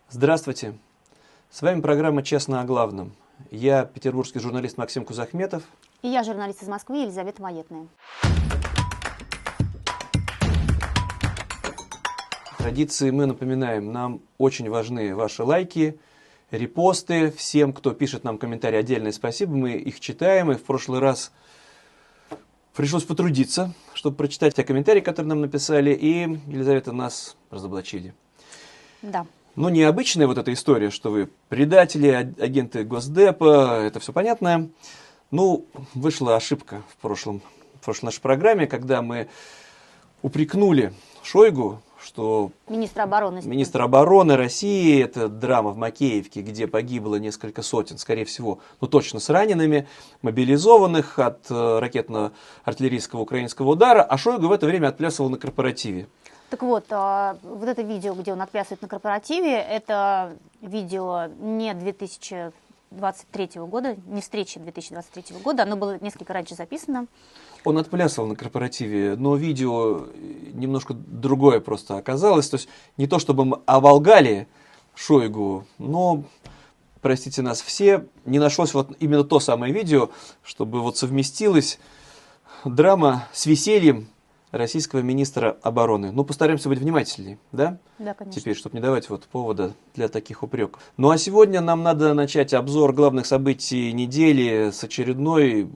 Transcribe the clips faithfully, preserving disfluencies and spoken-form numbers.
Здравствуйте! С вами программа «Честно о главном». Я петербургский журналист Максим Кузахметов. И я журналист из Москвы Елизавета Маетная. Традиции мы напоминаем, нам очень важны ваши лайки, репосты. Всем, кто пишет нам комментарии, отдельное спасибо. Мы их читаем, и в прошлый раз пришлось потрудиться, чтобы прочитать те комментарии, которые нам написали, и Елизавета нас разоблачили. Да. Ну, необычная вот эта история, что вы предатели, агенты Госдепа, это все понятно. Ну, вышла ошибка в, прошлом, в прошлой нашей программе, когда мы упрекнули Шойгу, что Министр обороны. министр обороны России, это драма в Макеевке, где погибло несколько сотен, скорее всего, ну точно с ранеными, мобилизованных от э, ракетно-артиллерийского украинского удара, а Шойгу в это время отплясывал на корпоративе. Так вот, вот это видео, где он отплясывает на корпоративе, это видео не две тысячи двадцать третьего года, не встречи две тысячи двадцать третьего года, оно было несколько раньше записано. Он отплясывал на корпоративе, но видео немножко другое просто оказалось. То есть не то, чтобы мы оволгали Шойгу, но, простите нас все, не нашлось вот именно то самое видео, чтобы вот совместилась драма с весельем российского министра обороны. Ну, постараемся быть внимательнее, да? Да, конечно. Теперь, чтобы не давать вот повода для таких упреков. Ну, а сегодня нам надо начать обзор главных событий недели с очередной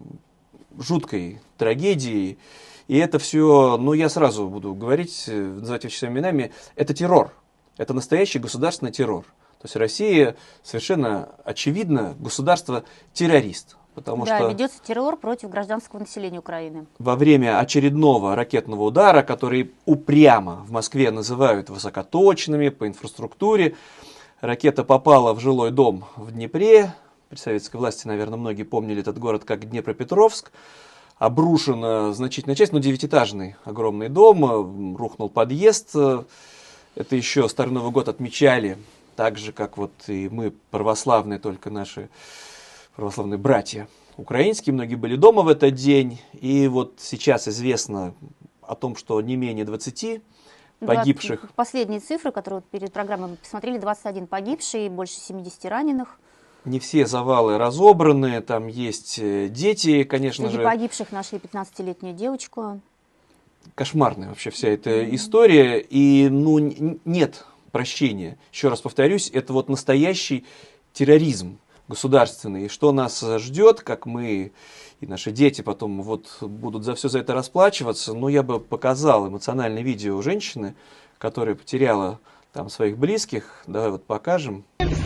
жуткой трагедией. И это все, ну, я сразу буду говорить, называть вещи своими именами, это террор. Это настоящий государственный террор. То есть Россия совершенно очевидно государство-террорист. Потому да, что ведется террор против гражданского населения Украины. Во время очередного ракетного удара, который упрямо в Москве называют высокоточными по инфраструктуре, ракета попала в жилой дом в Днепре. При советской власти, наверное, многие помнили этот город как Днепропетровск. Обрушена значительная часть, ну, девятиэтажный огромный дом, рухнул подъезд. Это еще Старый Новый год отмечали, так же, как вот и мы, православные, только наши православные братья украинские, многие были дома в этот день, и вот сейчас известно о том, что не менее двадцати погибших. двадцать, последние цифры, которые вот перед программой мы посмотрели, двадцать один погибший, больше семидесяти раненых. Не все завалы разобраны, там есть дети, конечно Среди же. Среди погибших нашли пятнадцатилетнюю девочку. Кошмарная вообще вся эта mm-hmm. история, и ну нет прощения. Еще раз повторюсь, это вот настоящий терроризм государственный. И что нас ждет, как мы и наши дети потом вот будут за все за это расплачиваться, ну, я бы показал эмоциональное видео женщины, которая потеряла там своих близких. Давай вот покажем.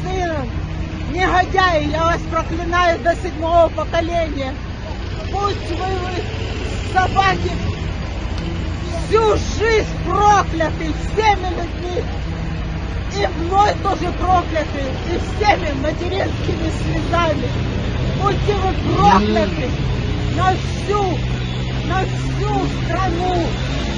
Негодяи, я вас проклинаю до седьмого поколения. Пусть вы, вы собаки, всю жизнь прокляты всеми людьми. И мной тоже прокляты, и всеми материнскими слезами. Будьте вы прокляты на всю, на всю страну.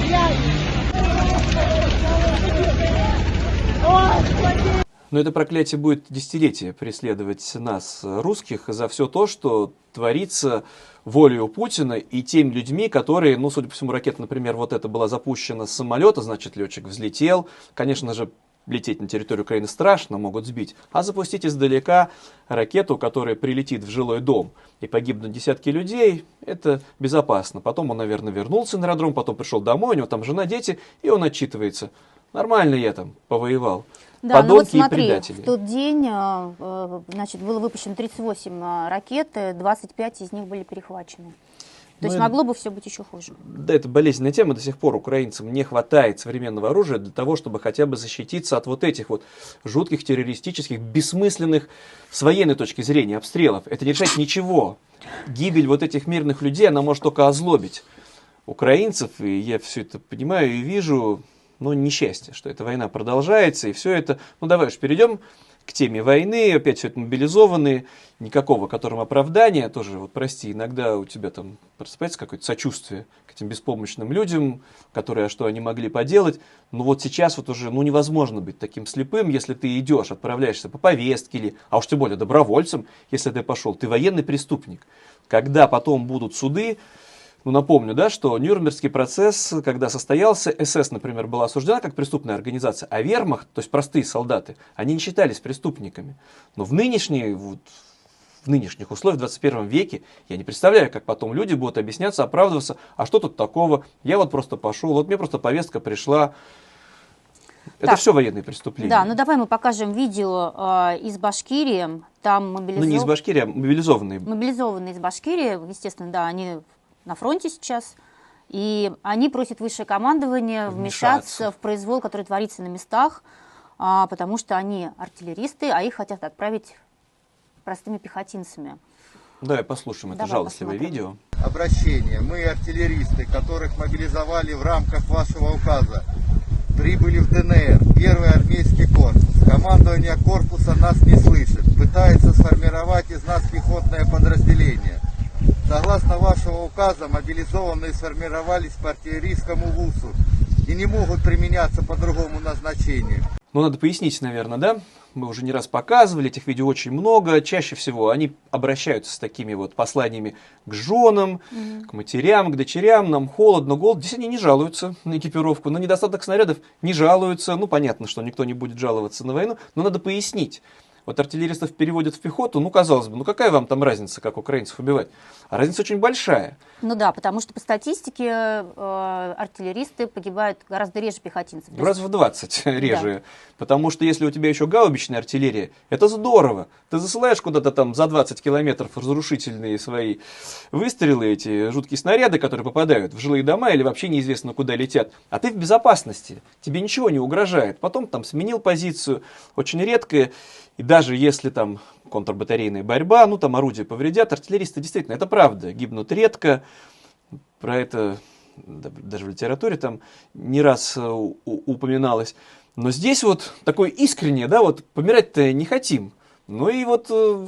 Господи! Но это проклятие будет десятилетия преследовать нас, русских, за все то, что творится волею Путина и теми людьми, которые, ну, судя по всему, ракета, например, вот эта была запущена с самолета, значит, летчик взлетел. Конечно же, лететь на территорию Украины страшно, могут сбить. А запустить издалека ракету, которая прилетит в жилой дом и погибнут десятки людей, это безопасно. Потом он, наверное, вернулся на аэродром, потом пришел домой, у него там жена, дети, и он отчитывается. Нормально я там повоевал. Да, ну вот смотри, и предатели. В тот день, значит, было выпущено тридцать восемь ракет, двадцать пять из них были перехвачены. То ну, есть могло бы все быть еще хуже. Да, это болезненная тема. До сих пор украинцам не хватает современного оружия для того, чтобы хотя бы защититься от вот этих вот жутких террористических, бессмысленных с военной точки зрения обстрелов. Это не решает ничего. Гибель вот этих мирных людей, она может только озлобить украинцев. И я все это понимаю и вижу, но несчастье, что эта война продолжается. И все это... Ну давай уж перейдем к теме войны, опять все это мобилизованные, никакого которым оправдания, тоже, вот прости, иногда у тебя там просыпается какое-то сочувствие к этим беспомощным людям, которые, а что они могли поделать, но вот сейчас вот уже, ну, невозможно быть таким слепым, если ты идешь, отправляешься по повестке, или, а уж тем более добровольцем, если ты пошел, ты военный преступник. Когда потом будут суды, Ну, напомню, да, что Нюрнбергский процесс, когда состоялся, СС, например, была осуждена как преступная организация, а вермахт, то есть простые солдаты, они не считались преступниками. Но в нынешние, вот, в нынешних условиях, в двадцать первом веке, я не представляю, как потом люди будут объясняться, оправдываться, а что тут такого, я вот просто пошел, вот мне просто повестка пришла. Это Так. все военные преступления. Да, ну давай мы покажем видео э, из Башкирии. Там мобилизов... Ну, не из Башкирии, а мобилизованные. Мобилизованные из Башкирии, естественно, да, они на фронте сейчас. И они просят высшее командование вмешаться, Вмешаться. в произвол, который творится на местах, а, потому что они артиллеристы, а их хотят отправить простыми пехотинцами. Давай послушаем это Давай жалостливое посмотрим. видео. Обращение. Мы, артиллеристы, которых мобилизовали в рамках вашего указа, прибыли в ДНР, первый армейский корпус. Командование корпуса нас не слышит, пытается сформировать из нас пехотное подразделение. Согласно вашего указа, мобилизованные сформировались по артиллерийскому ВУСу и не могут применяться по другому назначению. Ну, надо пояснить, наверное, да? Мы уже не раз показывали, этих видео очень много. Чаще всего они обращаются с такими вот посланиями к женам, mm-hmm. к матерям, к дочерям. Нам холодно, голод. Здесь они не жалуются на экипировку, на недостаток снарядов не жалуются. Ну, понятно, что никто не будет жаловаться на войну, но надо пояснить. Вот артиллеристов переводят в пехоту, ну, казалось бы, ну какая вам там разница, как украинцев убивать? А разница очень большая. Ну да, потому что по статистике э, артиллеристы погибают гораздо реже пехотинцев. Раз в двадцать реже. Да. Потому что если у тебя еще гаубичная артиллерия, это здорово. Ты засылаешь куда-то там за двадцать километров разрушительные свои выстрелы, эти жуткие снаряды, которые попадают в жилые дома или вообще неизвестно куда летят. А ты в безопасности. Тебе ничего не угрожает. Потом там сменил позицию. Очень редко. И даже если там контрбатарейная борьба, ну там орудия повредят, артиллеристы действительно, это правда, гибнут редко. Про это даже в литературе там не раз упоминалось. Но здесь вот такое искреннее, да, вот помирать-то не хотим. Ну и вот э,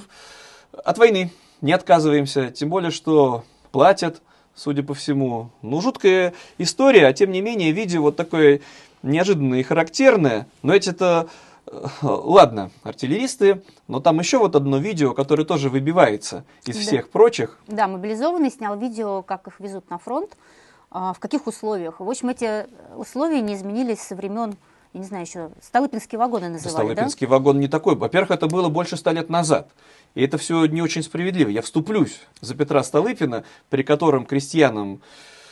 от войны не отказываемся, тем более, что платят, судя по всему. Ну, жуткая история, а тем не менее, видео вот такое неожиданное и характерное. Но эти-то, э, ладно, артиллеристы, но там еще вот одно видео, которое тоже выбивается из да. всех прочих. Да, мобилизованный снял видео, как их везут на фронт, э, в каких условиях. В общем, эти условия не изменились со времен, я не знаю, еще Столыпинские вагоны называли, Столыпинский да? вагон не такой. Во-первых, это было больше ста лет назад. И это все не очень справедливо. Я вступлюсь за Петра Столыпина, при котором крестьянам,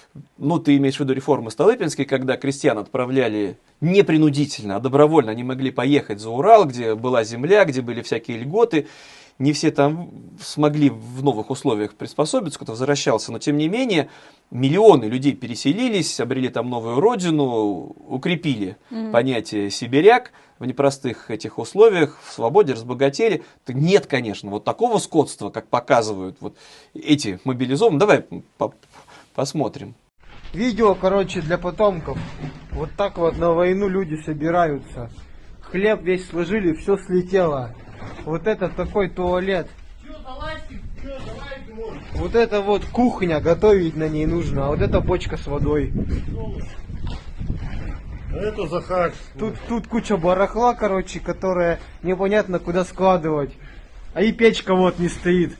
ну, ты имеешь в виду реформы Столыпинской, когда крестьян отправляли не принудительно, а добровольно. Они могли поехать за Урал, где была земля, где были всякие льготы. Не все там смогли в новых условиях приспособиться, кто-то возвращался. Но, тем не менее, миллионы людей переселились, обрели там новую родину, укрепили mm-hmm. понятие «сибиряк» в непростых этих условиях, в свободе, разбогатели. Нет, конечно, вот такого скотства, как показывают вот эти мобилизованные. Давай по- посмотрим. Видео, короче, для потомков. Вот так вот на войну люди собираются. Хлеб весь сложили, все слетело. Вот это такой туалет. Вот это вот кухня, готовить на ней нужно, а вот это бочка с водой. Это Захар. Тут, тут куча барахла, короче, которая непонятно куда складывать. А и печка вот не стоит.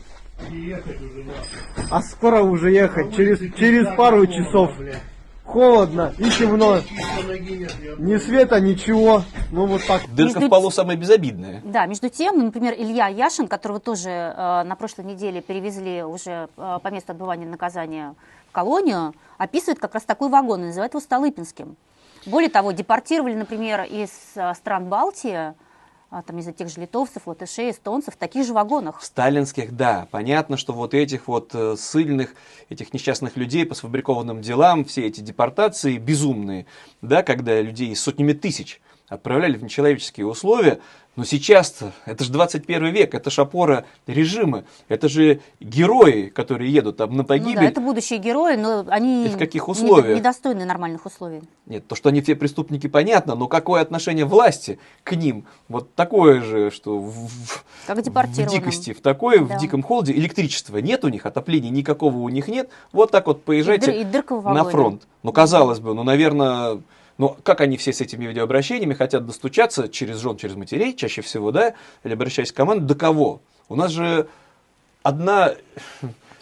А скоро уже ехать, через, через пару часов. Холодно и темно. Ни света, ничего. Ну вот так. Дырка в полу самая безобидная. Да, между тем, ну, например, Илья Яшин, которого тоже э, на прошлой неделе перевезли уже э, по месту отбывания наказания в колонию, описывает как раз такой вагон и называет его Столыпинским. Более того, депортировали, например, из э, стран Балтии, э, там, из тех же литовцев, латышей, эстонцев, в таких же вагонах. В сталинских, да. Понятно, что вот этих вот э, ссыльных, этих несчастных людей по сфабрикованным делам, все эти депортации безумные, да, когда людей сотнями тысяч отправляли в нечеловеческие условия. Но сейчас-то, это же двадцать первый век, это же опора режима, это же герои, которые едут там на погибель. Ну да, это будущие герои, но они и в каких условиях? Недостойны нормальных условий. Нет, то, что они все преступники, понятно, но какое отношение власти к ним? Вот такое же, что в, как в дикости, в такой, да. в диком холоде. Электричества нет у них, отопления никакого у них нет. Вот так вот поезжайте и дыр, и на фронт. Ну, казалось бы, ну, наверное... Но как они все с этими видеообращениями хотят достучаться через жен, через матерей, чаще всего, да, или обращаясь к команде, до кого? У нас же одна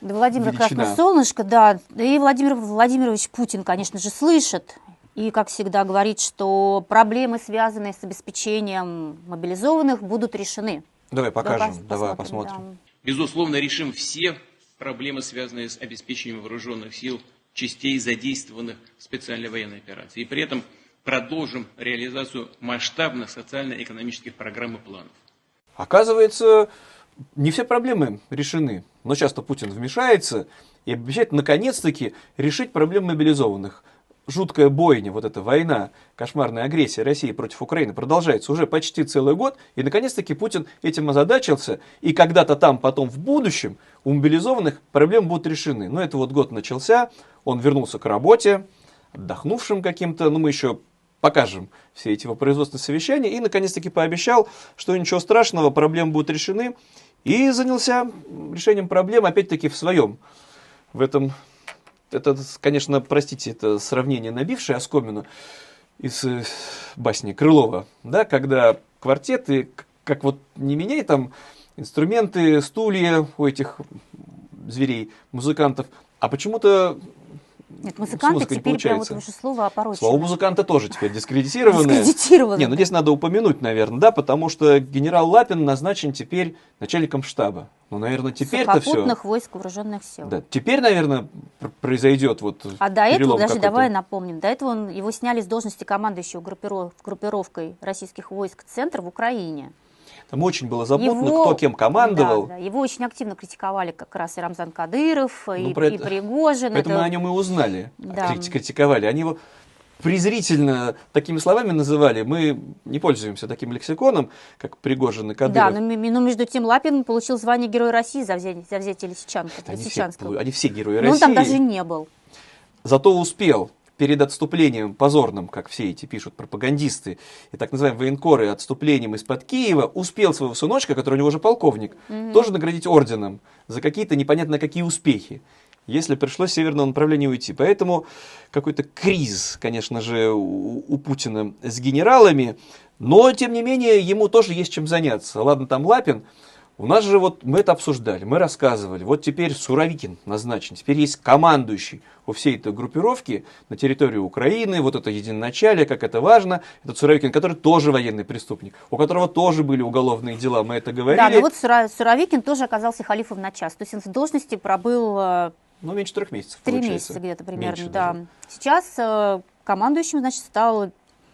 Да, Владимир величина. Красное Солнышко, да. И Владимир Владимирович Путин, конечно же, слышит. И, как всегда, говорит, что проблемы, связанные с обеспечением мобилизованных, будут решены. Давай покажем, Давай давай посмотрим, посмотрим. Безусловно, решим все проблемы, связанные с обеспечением вооруженных сил частей, задействованных в специальной военной операции. И при этом продолжим реализацию масштабных социально-экономических программ и планов. Оказывается, не все проблемы решены. Но часто Путин вмешается и обещает наконец-таки решить проблемы мобилизованных. Жуткая бойня, вот эта война, кошмарная агрессия России против Украины продолжается уже почти целый год. И наконец-таки Путин этим озадачился. И когда-то там, потом в будущем, у мобилизованных проблемы будут решены. Но это вот год начался, он вернулся к работе, отдохнувшим каким-то. Ну, мы еще покажем все эти его производственные совещания. И наконец-таки пообещал, что ничего страшного, проблемы будут решены. И занялся решением проблем, опять-таки, в своем, в этом... Это, конечно, простите, это сравнение, набившее оскомину из э, басни Крылова, да, когда квартеты, как вот не меняй там инструменты, стулья у этих зверей, музыкантов, а почему-то Нет, музыканты теперь прям вот уже слово опорочено. Слово музыканта тоже теперь дискредитированное. Дискредитированное. Не, ну здесь надо упомянуть, наверное, да, потому что генерал Лапин назначен теперь начальником штаба. Ну, наверное, теперь-то все. Сухопутных войск вооруженных сил. Да, теперь, наверное, произойдет вот А до этого, даже какой-то. давай напомним, до этого он, его сняли с должности командующего группиров, группировкой российских войск «Центр» в Украине. Там очень было запутано, Его- кто кем командовал. Да, да, его очень активно критиковали как раз и Рамзан Кадыров, Ну, и, про и это- Пригожин. Поэтому Это- мы о нем и узнали, Да. крити- критиковали. Они его презрительно такими словами называли. Мы не пользуемся таким лексиконом, как Пригожин и Да, Кадыров. но, ми- но между тем Лапин получил звание Героя России за взятие, за взятие Лисичанска. они, все, Лисичанского. они все герои Но России. он там даже не был. Зато успел перед отступлением позорным, как все эти пишут пропагандисты и так называемые военкоры, отступлением из-под Киева, успел своего сыночка, который у него уже полковник, тоже наградить орденом за какие-то непонятно какие успехи, если пришлось с северного направления уйти. Поэтому какой-то кризис, конечно же, у, у Путина с генералами, но, тем не менее, ему тоже есть чем заняться. Ладно, там Лапин. У нас же вот мы это обсуждали, мы рассказывали. Вот теперь Суровикин назначен, теперь есть командующий у всей этой группировки на территории Украины, вот это единоначалие, как это важно. Этот Суровикин, который тоже военный преступник, у которого тоже были уголовные дела, мы это говорили. Да, но вот Сура- Суровикин тоже оказался халифом на час. То есть он в должности пробыл э, Ну, меньше трех месяцев, три получается. месяца где-то примерно. Меньше Да. даже. Сейчас э, командующим, значит, стал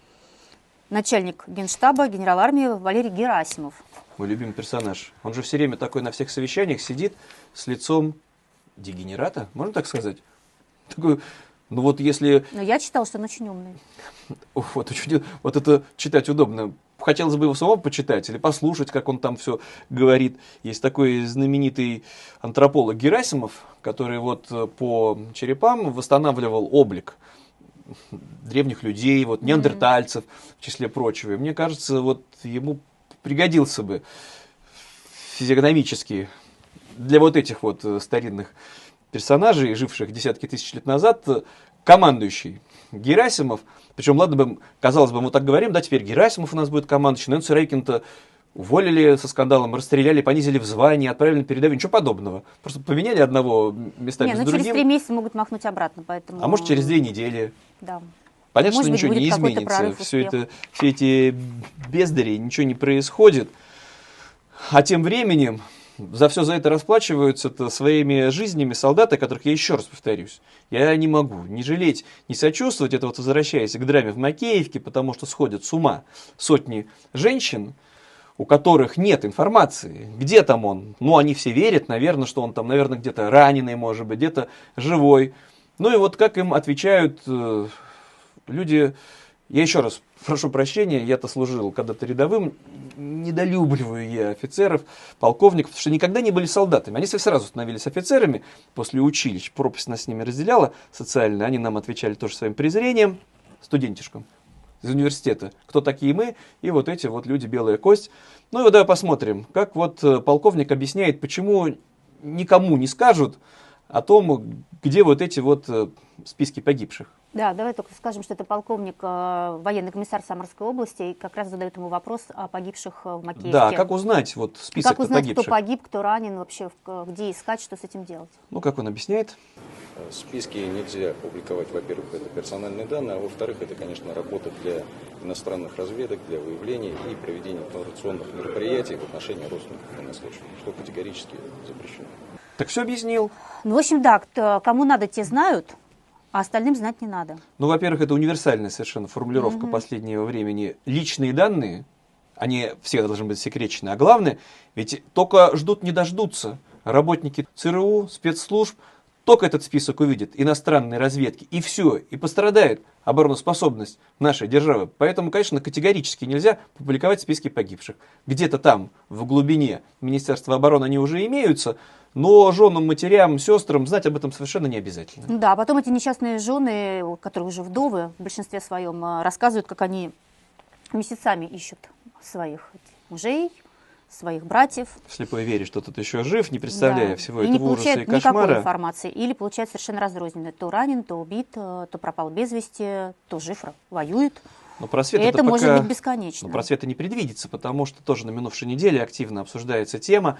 начальник Генштаба, генерал армии Валерий Герасимов. Мой любимый персонаж. Он же все время такой на всех совещаниях сидит с лицом дегенерата, можно так сказать? Такой, ну вот если... Но я читала, что он очень умный. Ух, Вот, очень- вот это читать удобно. Хотелось бы его самому почитать или послушать, как он там все говорит. Есть такой знаменитый антрополог Герасимов, который вот э, по черепам восстанавливал облик древних людей, вот неандертальцев в числе прочего. И мне кажется, вот ему пригодился бы физиогномически для вот этих вот э, старинных персонажей, живших десятки тысяч лет назад, э, командующий Герасимов. Причем, ладно бы, казалось бы, мы так говорим, да, теперь Герасимов у нас будет командующий, но Суровикина-то уволили со скандалом, расстреляли, понизили в звании, отправили на передовую, ничего подобного. Просто поменяли одного местами Не, с ну через другим, три месяца могут махнуть обратно, поэтому... а может через две недели. Да. Понятно, Может что быть, ничего не будет какой-то изменится. прорыв, Все, успех. это, все эти бездари, ничего не происходит. А тем временем за все за это расплачиваются-то своими жизнями солдаты, которых я еще раз повторюсь. Я не могу не жалеть, не сочувствовать. Это вот возвращаясь к драме в Макеевке, потому что сходят с ума сотни женщин, у которых нет информации, где там он. Ну, они все верят, наверное, что он там, наверное, где-то раненый, может быть, где-то живой. Ну и вот как им отвечают э, люди, я еще раз прошу прощения, я-то служил когда-то рядовым, недолюбливаю я офицеров, полковников, потому что никогда не были солдатами. Они сразу становились офицерами после училищ, пропасть нас с ними разделяла социально, они нам отвечали тоже своим презрением, студентишкам из университета, кто такие мы, и вот эти вот люди, белая кость. Ну и вот давай посмотрим, как вот э, полковник объясняет, почему никому не скажут о том, где вот эти вот э, списки погибших. Да, давай только скажем, что это полковник, э, военный комиссар Самарской области, и как раз задает ему вопрос о погибших э, в Макеевке. Да, как узнать вот список Как узнать, погибших? кто погиб, кто ранен, вообще в- где искать, что с этим делать? Ну, как он объясняет? Списки нельзя публиковать, во-первых, это персональные данные, а во-вторых, это, конечно, работа для иностранных разведок, для выявления и проведения информационных мероприятий в отношении родственников военнослужащих, что категорически запрещено. Так все объяснил. Ну, в общем, да, кто- кому надо, те знают, а остальным знать не надо. Ну, во-первых, это универсальная совершенно формулировка последнего времени. Личные данные, они все должны быть секречены. А главное, ведь только ждут не дождутся работники ЦРУ, спецслужб, только этот список увидят, иностранные разведки, и все, и пострадает обороноспособность нашей державы. Поэтому, конечно, категорически нельзя публиковать списки погибших. Где-то там, в глубине Министерства обороны они уже имеются, но женам, матерям, сестрам знать об этом совершенно не обязательно. Ну да, а потом эти несчастные жены, которые уже вдовы, в большинстве своем, э, рассказывают, как они месяцами ищут своих мужей, своих братьев. Слепой вере, что тут еще жив, не представляя Да. всего И не этого ужаса получает и никакой кошмара. информации. Или получает совершенно разрозненную. То ранен, то убит, э, то пропал без вести, то жив, ра- воюет. Но просвет И это пока... может быть бесконечно. Но просвета не предвидится, потому что тоже на минувшей неделе активно обсуждается тема.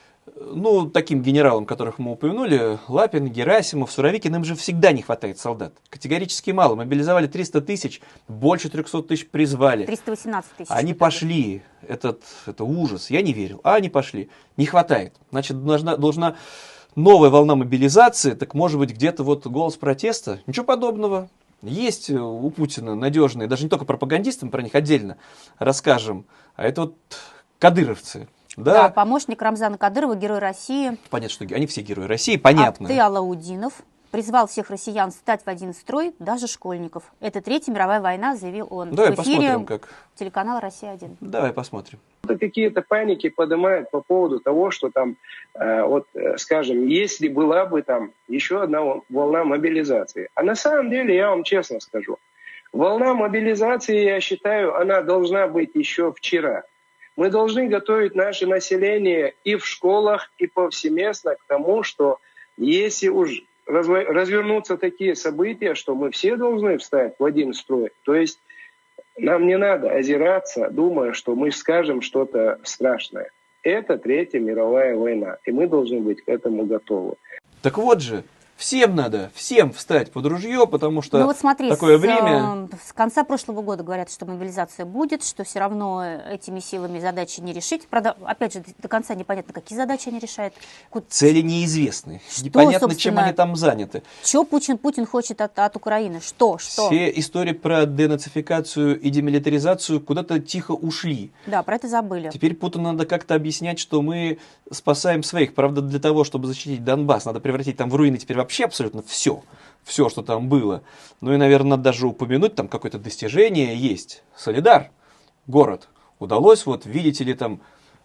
Ну, таким генералам, которых мы упомянули, Лапин, Герасимов, Суровикин, им же всегда не хватает солдат. Категорически мало. Мобилизовали триста тысяч, больше трехсот тысяч призвали. триста восемнадцать тысяч. Они в итоге. пошли. Этот, это ужас. Я не верил. А они пошли. Не хватает. Значит, должна, должна новая волна мобилизации. Так может быть где-то вот голос протеста? Ничего подобного. Есть у Путина надежные, даже не только пропагандисты, мы про них отдельно расскажем, а это вот кадыровцы. Да, Да, помощник Рамзана Кадырова, герой России. понятно, что они все герои России, понятно. Апты Алаудинов призвал всех россиян встать в один строй, даже школьников. Это Третья мировая война, заявил он. Давай в эфире посмотрим, как. телеканала «Россия-один». Давай посмотрим. Какие-то паники поднимают по поводу того, что там, э, вот, э, скажем, если была бы там еще одна волна мобилизации. А на самом деле, я вам честно скажу, волна мобилизации, я считаю, она должна быть еще вчера. Мы должны готовить наше население и в школах, и повсеместно к тому, что если уж разво- развернутся такие события, что мы все должны встать в один строй, то есть нам не надо озираться, думая, что мы скажем что-то страшное. Это Третья мировая война, и мы должны быть к этому готовы. Так вот же, всем надо, всем встать под ружье, потому что Ну вот смотри, такое с, время... э, с конца прошлого года говорят, что мобилизация будет, что все равно этими силами задачи не решить. Правда, опять же, до конца непонятно, какие задачи они решают. Цели неизвестны. Что, Непонятно, чем собственно, они там заняты. Что Путин, Путин хочет от, от Украины? Что? Что? Все истории про денацификацию и демилитаризацию куда-то тихо ушли. Да, про это забыли. Теперь Путину надо как-то объяснять, что мы спасаем своих. Правда, для того, чтобы защитить Донбасс, надо превратить там в руины теперь вообще абсолютно все. Все, что там было. Ну и, наверное, надо даже упомянуть, там какое-то достижение есть. Солидар, город. Удалось, вот, видите ли, там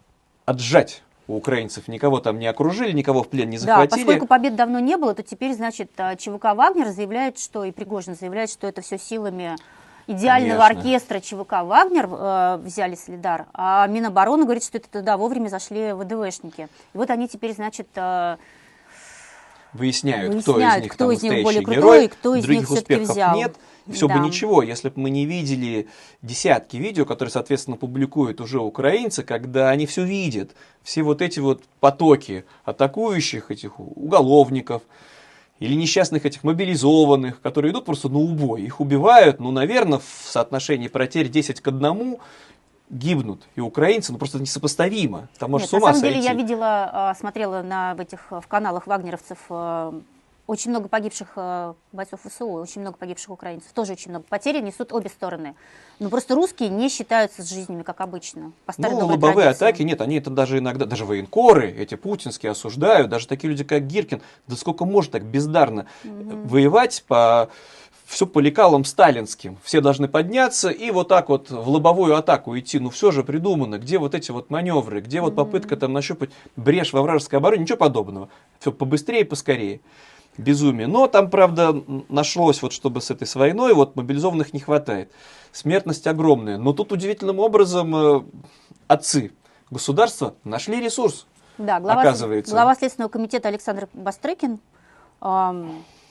отжать у украинцев. Никого там не окружили, никого в плен не Да, захватили. поскольку побед давно не было, то теперь, значит, ЧВК «Вагнер» заявляет, что, и Пригожин заявляет, что это все силами идеального Конечно. оркестра ЧВК «Вагнер» э, взяли Солидар, а Минобороны говорит, что это туда вовремя зашли ВДВшники. И вот они теперь, значит, э, Выясняют, кто из выясняют, них кто там из них настоящий более крутой, герой. и кто из Других них все-таки успехов взял. нет. Все Да. бы ничего, если бы мы не видели десятки видео, которые, соответственно, публикуют уже украинцы, когда они все видят. Все вот эти вот потоки атакующих этих уголовников или несчастных этих мобилизованных, которые идут просто на убой. Их убивают, ну, наверное, в соотношении потерь десять к одному гибнут и украинцы, ну, просто несопоставимо. Там может Нет, с ума на самом деле сойти. я видела, э, смотрела на в этих в каналах вагнеровцев э, очень много погибших э, бойцов ВСУ, очень много погибших украинцев, тоже очень много. Потери несут обе стороны. Но просто русские не считаются с жизнями, как обычно. По старой Ну, доброй лобовые традиции. атаки, нет, они это даже иногда, даже военкоры, эти путинские осуждают, даже такие люди, как Гиркин, да сколько может так бездарно Мгм. воевать по все по лекалам сталинским. Все должны подняться и вот так вот в лобовую атаку идти. Ну все же придумано. Где вот эти вот маневры, где вот попытка там нащупать брешь во вражеской обороне, ничего подобного. Все побыстрее, поскорее. Безумие. Но там, правда, нашлось, вот чтобы с этой с войной, вот мобилизованных не хватает. Смертность огромная. Но тут удивительным образом э, отцы государства нашли ресурс. Да, глава, оказывается. глава Следственного комитета Александр Бастрыкин эм,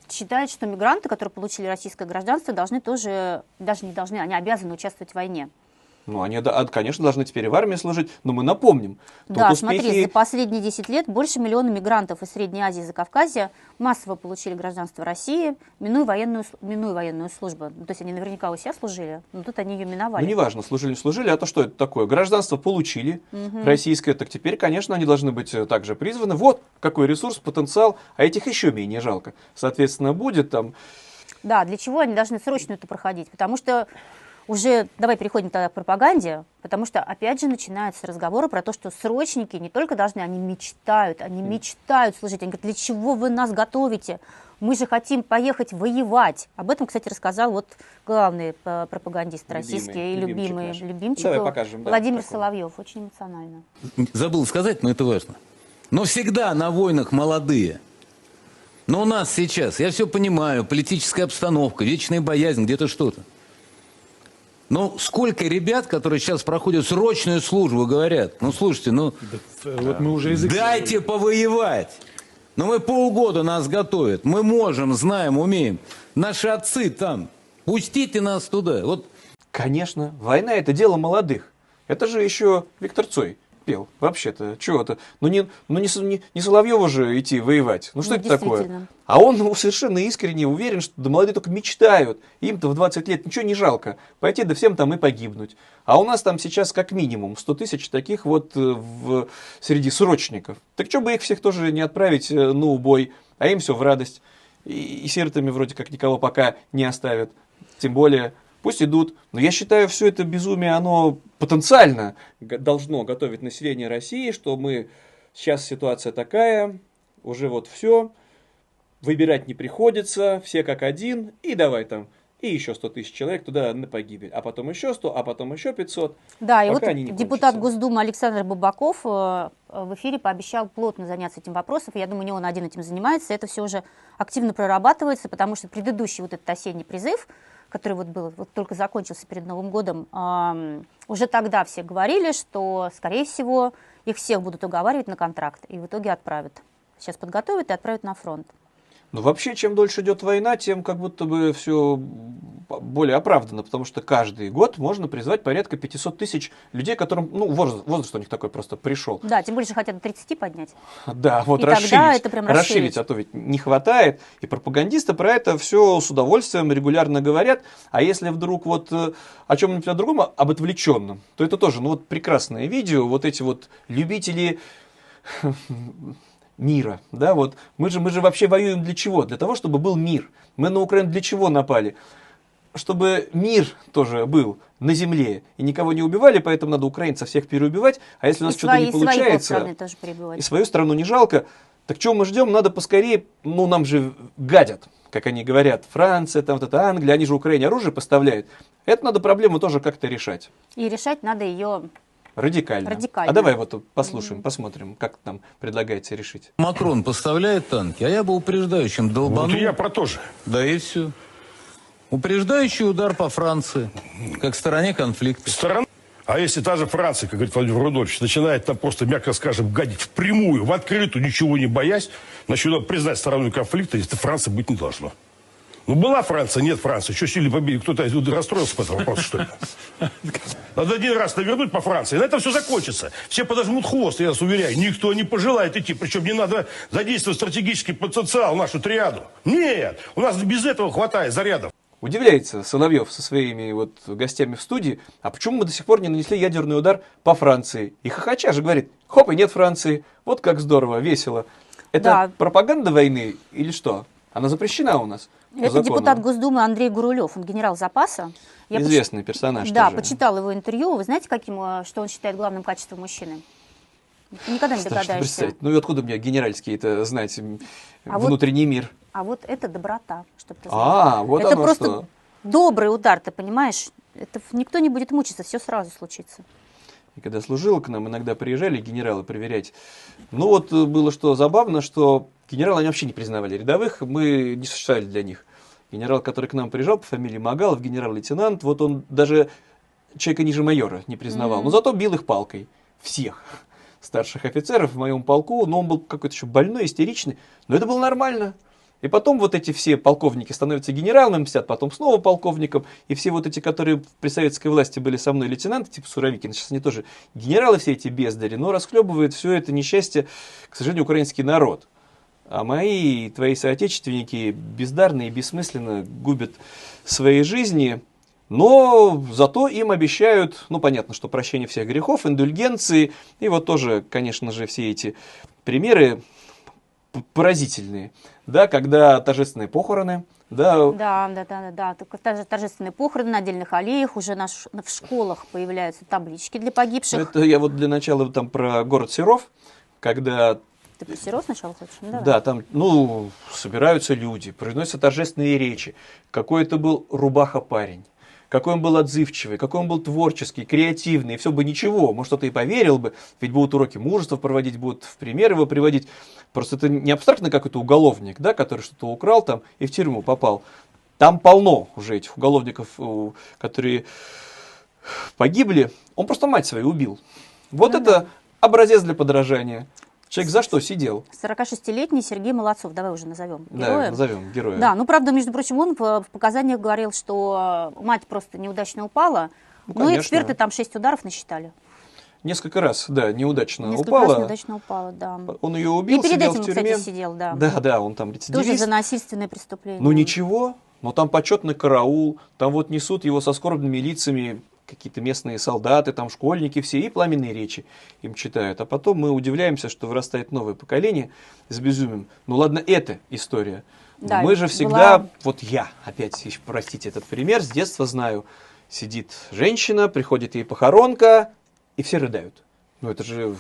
считает, что мигранты, которые получили российское гражданство, должны тоже, даже не должны, они обязаны участвовать в войне. Ну, они, конечно, должны теперь в армии служить, но мы напомним. Да, успехи... смотри, за последние десять лет больше миллиона мигрантов из Средней Азии и Закавказья массово получили гражданство России, минуя военную, минуя военную службу. Ну, то есть они наверняка у себя служили, но тут они ее миновали. Ну, неважно, служили, не служили, а то что это такое? Гражданство получили, угу. российское, так теперь, конечно, они должны быть также призваны. Вот какой ресурс, потенциал, а этих еще менее жалко. Соответственно, будет там... Да, для чего они должны срочно это проходить? Потому что уже, давай переходим тогда к пропаганде, потому что опять же начинаются разговоры про то, что срочники не только должны, они мечтают, они мечтают служить. Они говорят, для чего вы нас готовите? Мы же хотим поехать воевать. Об этом, кстати, рассказал вот главный пропагандист российский и любимый любимчик Давай покажем, да, Владимир такой. Соловьев. Очень эмоционально. Забыл сказать, но это важно. Но всегда на войнах молодые. Но у нас сейчас, я все понимаю, политическая обстановка, вечная боязнь, где-то что-то. Но сколько ребят, которые сейчас проходят срочную службу, говорят, ну слушайте, ну да, вот мы уже язык дайте повоевать. Но мы полгода нас готовят, мы можем, знаем, умеем. Наши отцы там, пустите нас туда. Вот. Конечно, война это дело молодых. Это же еще Виктор Цой пел, вообще-то, чего-то. Ну не, ну не, не, не Соловьеву же идти воевать. Ну что ну, это такое? А он ну, совершенно искренне уверен, что да молодые только мечтают. Им-то в двадцать лет ничего не жалко. Пойти да всем там и погибнуть. А у нас там сейчас как минимум сто тысяч таких вот в, среди срочников. Так что бы их всех тоже не отправить на убой, а им все в радость. И, и сиротами вроде как никого пока не оставят. Тем более... Пусть идут, но я считаю, все это безумие, оно потенциально должно готовить население России, что мы, сейчас ситуация такая, уже вот все, выбирать не приходится, все как один, и давай там, и еще сто тысяч человек туда на погибель, а потом еще сто, а потом еще пятьсот. Да, и вот депутат Госдумы Александр Бабаков в эфире пообещал плотно заняться этим вопросом, я думаю, не он один этим занимается, это все уже активно прорабатывается, потому что предыдущий вот этот осенний призыв, который вот был, вот только закончился перед Новым годом, э, уже тогда все говорили, что, скорее всего, их всех будут уговаривать на контракт и в итоге отправят. Сейчас подготовят и отправят на фронт. Ну, вообще, чем дольше идет война, тем как будто бы все более оправдано, потому что каждый год можно призвать порядка пятьсот тысяч людей, которым, ну, возраст, возраст у них такой просто пришел. Да, тем более же хотят до тридцати поднять. Да, вот и расширить, тогда это прям расширить. расширить, а то ведь не хватает. И пропагандисты про это все с удовольствием регулярно говорят. А если вдруг вот о чем-нибудь о другом, об отвлеченном, то это тоже, ну, вот прекрасное видео, вот эти вот любители... мира, да, вот мы же, мы же вообще воюем для чего? Для того, чтобы был мир. Мы на Украину для чего напали? Чтобы мир тоже был на земле и никого не убивали, поэтому надо украинцев всех переубивать, а если у нас что-то не получается, и свою страну не жалко, так чего мы ждем? Надо поскорее, ну нам же гадят, как они говорят, Франция, там вот это Англия, они же Украине оружие поставляют. Это надо проблему тоже как-то решать. И решать надо ее... Радикально. Радикально. А давай вот послушаем, mm-hmm. посмотрим, как там предлагается решить. Макрон поставляет танки, а я бы упреждающим долбанул. Вот и я про то же. Да и все. Упреждающий удар по Франции, как стороне конфликта. Сторона. А если та же Франция, как говорит Владимир Рудольфович, начинает там просто, мягко скажем, гадить впрямую, в открытую, ничего не боясь, значит, надо признать сторону конфликта, если Франции быть не должно. Ну, была Франция, нет Франции. Что сильно побили? Кто-то расстроился по этому вопросу, что ли? Надо один раз навернуть по Франции, и на этом все закончится. Все подожмут хвост, я вас уверяю. Никто не пожелает идти. Причем не надо задействовать стратегический потенциал, нашу триаду. Нет, у нас без этого хватает зарядов. Удивляется Соловьев со своими вот гостями в студии, а почему мы до сих пор не нанесли ядерный удар по Франции? И хохоча же говорит, хоп, и нет Франции. Вот как здорово, весело. Это да. пропаганда войны или что? Она запрещена у нас. Это депутат Госдумы Андрей Гурулев, он генерал запаса. Я Известный поч... персонаж. Да, тоже. Почитал его интервью. Вы знаете, каким, что он считает главным качеством мужчины? Ты никогда не догадаешься. Ну и откуда мне генеральские это знать, а внутренний вот, мир? А вот это доброта, чтобы ты знал. А, вот это оно просто что. Добрый удар, ты понимаешь? Это никто не будет мучиться, все сразу случится. И когда служил, к нам иногда приезжали генералы проверять. Ну вот было что забавно, что генералы они вообще не признавали рядовых, мы не существовали для них. Генерал, который к нам приезжал по фамилии Магалов, генерал-лейтенант, вот он даже человека ниже майора не признавал, mm-hmm. но зато бил их палкой. Всех старших офицеров в моем полку, но он был какой-то еще больной, истеричный, но это было нормально. И потом вот эти все полковники становятся генералами, мстят потом снова полковником. И все вот эти, которые при советской власти были со мной лейтенанты, типа Суровикина, сейчас они тоже генералы, все эти бездари, но расхлебывает все это несчастье, к сожалению, украинский народ. А мои, твои соотечественники бездарно и бессмысленно губят свои жизни, но зато им обещают, ну понятно, что прощение всех грехов, индульгенции, и вот тоже, конечно же, все эти примеры поразительные, да, когда торжественные похороны, да. Да, да, да, да, да. Торжественные похороны на отдельных аллеях, уже на ш... в школах появляются таблички для погибших. Это я вот для начала там про город Серов, когда... Ты про Серов сначала хочешь? Ну, давай. Да, там, ну, собираются люди, произносятся торжественные речи. Какой это был рубаха-парень. Какой он был отзывчивый, какой он был творческий, креативный, и все бы ничего, может, кто-то и поверил бы, ведь будут уроки мужества проводить, будут в пример его приводить. Просто это не абстрактно какой-то уголовник, да, который что-то украл там и в тюрьму попал. Там полно уже этих уголовников, которые погибли. Он просто мать свою убил. Вот ну, это да. образец для подражания. Человек за что сидел? сорокашестилетний Сергей Молодцов, давай уже назовем героем. Да, назовем героем. Да, ну правда, между прочим, он в, в показаниях говорил, что мать просто неудачно упала, ну, ну и эксперты там шесть ударов насчитали. Несколько раз, да, неудачно Несколько упала. раз неудачно упала, да. Он ее убил, и перед сидел этим, в тюрьме. Кстати, сидел, да. Да, да, он там рецидивист. Тоже за насильственное преступление. Ну ничего, но там почетный караул, там вот несут его со скорбными лицами какие-то местные солдаты, там школьники все, и пламенные речи им читают. А потом мы удивляемся, что вырастает новое поколение с безумием. Ну ладно, это история. Да, мы же всегда, была... вот я, опять, простите этот пример, с детства знаю, сидит женщина, приходит ей похоронка, и все рыдают. Ну это же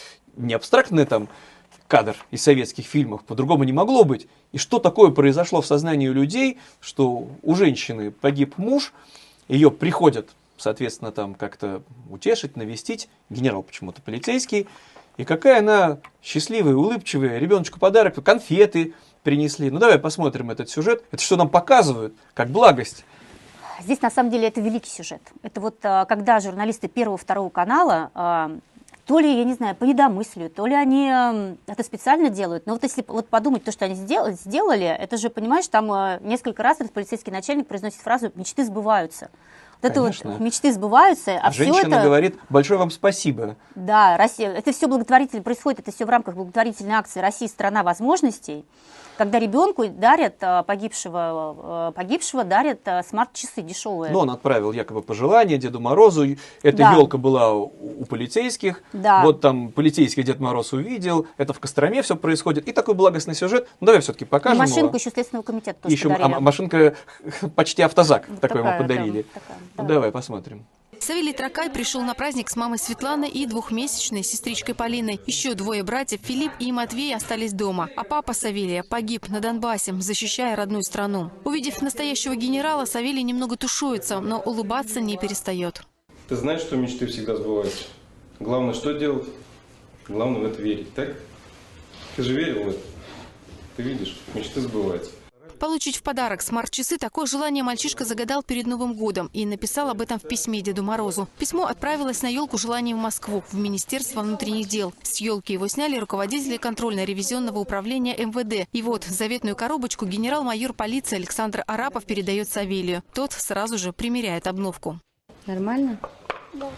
не абстрактный там кадр из советских фильмов, по-другому не могло быть. И что такое произошло в сознании у людей, что у женщины погиб муж, ее приходят соответственно, там как-то утешить, навестить. Генерал почему-то полицейский. И какая она счастливая, улыбчивая. Ребеночку подарок, конфеты принесли. Ну, давай посмотрим этот сюжет. Это что нам показывают, как благость. Здесь, на самом деле, это великий сюжет. Это вот когда журналисты Первого, Второго канала, то ли, я не знаю, по недомыслию, то ли они это специально делают. Но вот если вот подумать, то, что они сделали, сделали, это же, понимаешь, там несколько раз этот полицейский начальник произносит фразу «мечты сбываются». Вот это вот мечты сбываются, а Женщина все это... говорит большое вам спасибо. Да, Россия, это все благотворительно происходит, это все в рамках благотворительной акции «Россия – страна возможностей», когда ребенку дарят погибшего, погибшего дарят смарт-часы дешевые. Но он отправил якобы пожелание Деду Морозу. Эта да. елка была у, у полицейских. Да. Вот там полицейский Дед Мороз увидел. Это в Костроме все происходит. И такой благостный сюжет. Ну давай все-таки покажем. И машинку его. еще Следственного комитета тоже еще, подарили. А машинка почти автозак. Вот такой такая, ему подарили. Да, такая, ну, давай посмотрим. Савелий Тракай пришел на праздник с мамой Светланой и двухмесячной сестричкой Полиной. Еще двое братьев, Филипп и Матвей, остались дома. А папа Савелия погиб на Донбассе, защищая родную страну. Увидев настоящего генерала, Савелий немного тушуется, но улыбаться не перестает. Ты знаешь, что мечты всегда сбываются? Главное, что делать? Главное в это верить, так? Ты же верил в это? Ты видишь, мечты сбываются. Получить в подарок смарт-часы – такое желание мальчишка загадал перед Новым годом и написал об этом в письме Деду Морозу. Письмо отправилось на елку желанием в Москву, в Министерство внутренних дел. С елки его сняли руководители контрольно-ревизионного управления эм вэ дэ. И вот заветную коробочку генерал-майор полиции Александр Арапов передает Савелию. Тот сразу же примеряет обновку. Нормально? Да.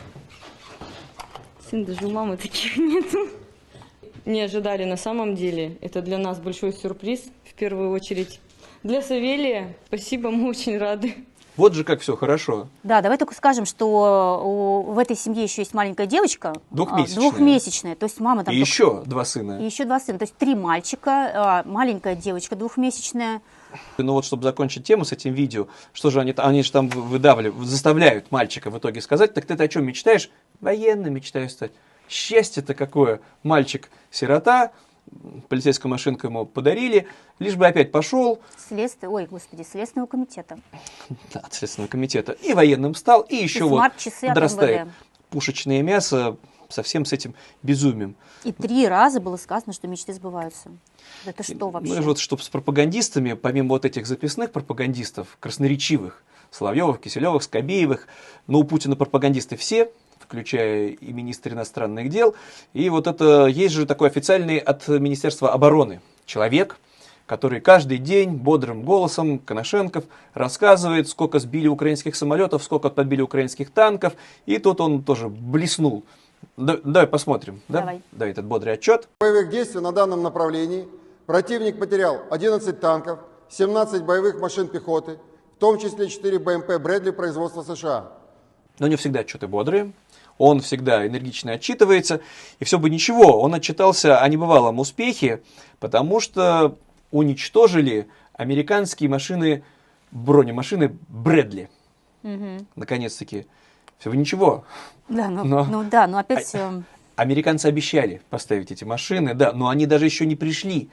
Сын, даже у мамы таких нету. Не ожидали на самом деле. Это для нас большой сюрприз в первую очередь. Для Савелия спасибо, мы очень рады. Вот же как все хорошо. Да, давай только скажем, что у, в этой семье еще есть маленькая девочка. Двухмесячная. Двухмесячная. То есть мама там. И только... еще два сына. И еще два сына. То есть три мальчика, маленькая девочка двухмесячная. Ну вот, чтобы закончить тему с этим видео, что же они, они же там выдавливают, заставляют мальчика в итоге сказать, так ты-то о чем мечтаешь? Военным мечтаю стать. Счастье-то какое. Мальчик-сирота. Полицейскую машинку ему подарили, лишь бы опять пошел. Следствие, ой, господи, Следственного комитета. Да, Следственного комитета. И военным стал, и еще и вот подрастает пушечное мясо совсем с этим безумием. И три раза было сказано, что мечты сбываются. Это что вообще? Ну и вот, чтобы с пропагандистами, помимо вот этих записных пропагандистов, красноречивых, Соловьевых, Киселевых, Скобеевых, но у Путина пропагандисты все, включая и министра иностранных дел. И вот это есть же такой официальный от Министерства обороны человек, который каждый день бодрым голосом Коношенков рассказывает, сколько сбили украинских самолетов, сколько подбили украинских танков. И тут он тоже блеснул. Да, давай посмотрим. Давай. Да? Да, этот бодрый отчет. Боевых действий на данном направлении противник потерял одиннадцать танков, семнадцать боевых машин пехоты, в том числе четыре БМП Брэдли производства США. Но не всегда отчеты бодрые. Он всегда энергично отчитывается. И все бы ничего, он отчитался о небывалом успехе, потому что уничтожили американские машины, бронемашины Брэдли. Угу. Наконец-таки. Все бы ничего. Да, ну, но... ну да, но опять... А, американцы обещали поставить эти машины, да, но они даже еще не пришли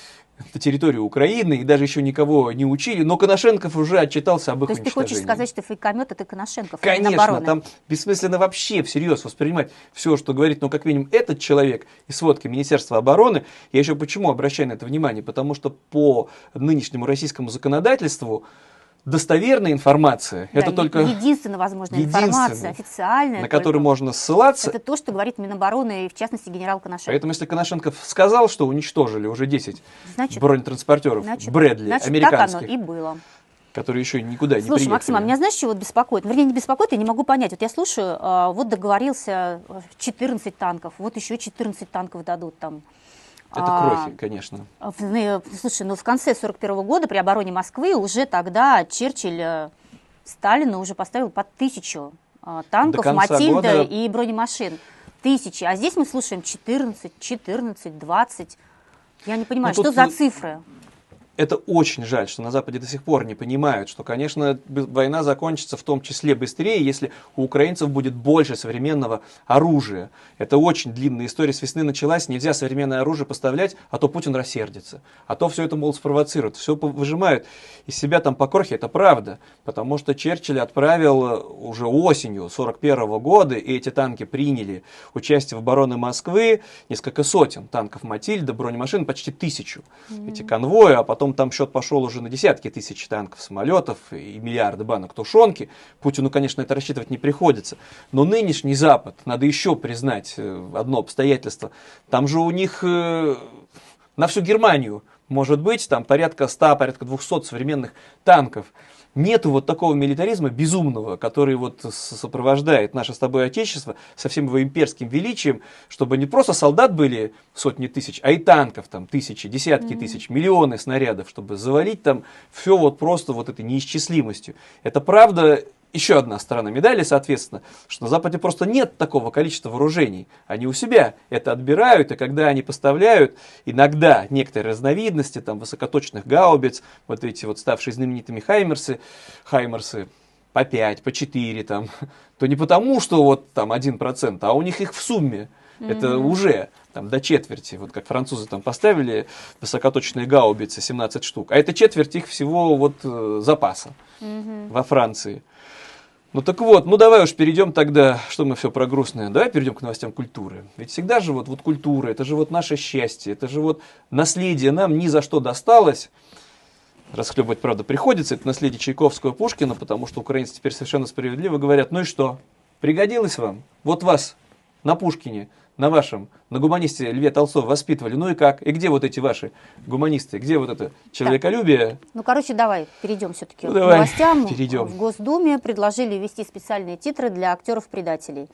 на территорию Украины и даже еще никого не учили, но Коношенков уже отчитался об их уничтожении. То есть ты хочешь сказать, что фейкомет это Коношенков? Конечно, там бессмысленно вообще всерьез воспринимать все, что говорит, ну, как минимум, этот человек из сводки Министерства обороны. Я еще почему обращаю на это внимание? Потому что по нынешнему российскому законодательству достоверная информация, да, это только единственная возможная информация, официальная, на которую можно ссылаться. Это то, что говорит Минобороны и, в частности, генерал Коношенков. Поэтому, если Коношенков сказал, что уничтожили уже десять значит, бронетранспортеров значит, Брэдли значит, американских, так оно и было. Которые еще никуда Слушай, не приехали. Слушай, Максим, а меня знаешь, что вот беспокоит? Вернее, не беспокоит, я не могу понять. Вот я слушаю, вот договорился четырнадцать танков, вот еще четырнадцать танков дадут там. Это крохи, конечно. Слушай, ну в конце сорок первого года при обороне Москвы уже тогда Черчилль Сталину уже поставил под тысячу танков, Матильда года... и бронемашин. Тысячи. А здесь мы слушаем четырнадцать, четырнадцать, двадцать. Я не понимаю, ну, что за цифры? Это очень жаль, что на Западе до сих пор не понимают, что, конечно, война закончится в том числе быстрее, если у украинцев будет больше современного оружия. Это очень длинная история, с весны началась, нельзя современное оружие поставлять, а то Путин рассердится. А то все это, мол, спровоцирует, все выжимают из себя там по крохе, это правда. Потому что Черчилль отправил уже осенью сорок первого года, и эти танки приняли участие в обороне Москвы, несколько сотен танков Матильда, бронемашин, почти тысячу. Mm-hmm. Эти конвои, а потом там счет пошел уже на десятки тысяч танков, самолетов и миллиарды банок тушенки. Путину, конечно, это рассчитывать не приходится. Но нынешний Запад, надо еще признать одно обстоятельство, там же у них э, на всю Германию может быть там порядка ста, порядка двухсот современных танков. Нету вот такого милитаризма безумного, который вот сопровождает наше с тобой Отечество со всем его имперским величием, чтобы не просто солдат были сотни тысяч, а и танков там тысячи, десятки mm-hmm. тысяч, миллионы снарядов, чтобы завалить там все вот просто вот этой неисчислимостью. Это правда. Еще одна сторона медали, соответственно, что на Западе просто нет такого количества вооружений. Они у себя это отбирают, и когда они поставляют иногда некоторые разновидности там, высокоточных гаубиц, вот эти вот ставшие знаменитыми хаймерсы, хаймерсы по пять, по четыре, там, то не потому, что вот там один процент, а у них их в сумме. Mm-hmm. Это уже там, до четверти, вот как французы там поставили высокоточные гаубицы, семнадцать штук, а это четверть их всего вот э, запаса mm-hmm. во Франции. Ну так вот, ну давай уж перейдем тогда, что мы все про грустное, давай перейдем к новостям культуры. Ведь всегда же вот, вот культура, это же вот наше счастье, это же вот наследие нам ни за что досталось. Расхлебывать, правда, приходится, это наследие Чайковского и Пушкина, потому что украинцы теперь совершенно справедливо говорят, ну и что, пригодилось вам? Вот вас на Пушкине, на вашем, на гуманисте Льве Толстове воспитывали, ну и как? И где вот эти ваши гуманисты? Где вот это человеколюбие? Так. Ну, короче, давай перейдем все-таки ну, к давай, новостям. Перейдем. В Госдуме предложили ввести специальные титры для актеров-предателей.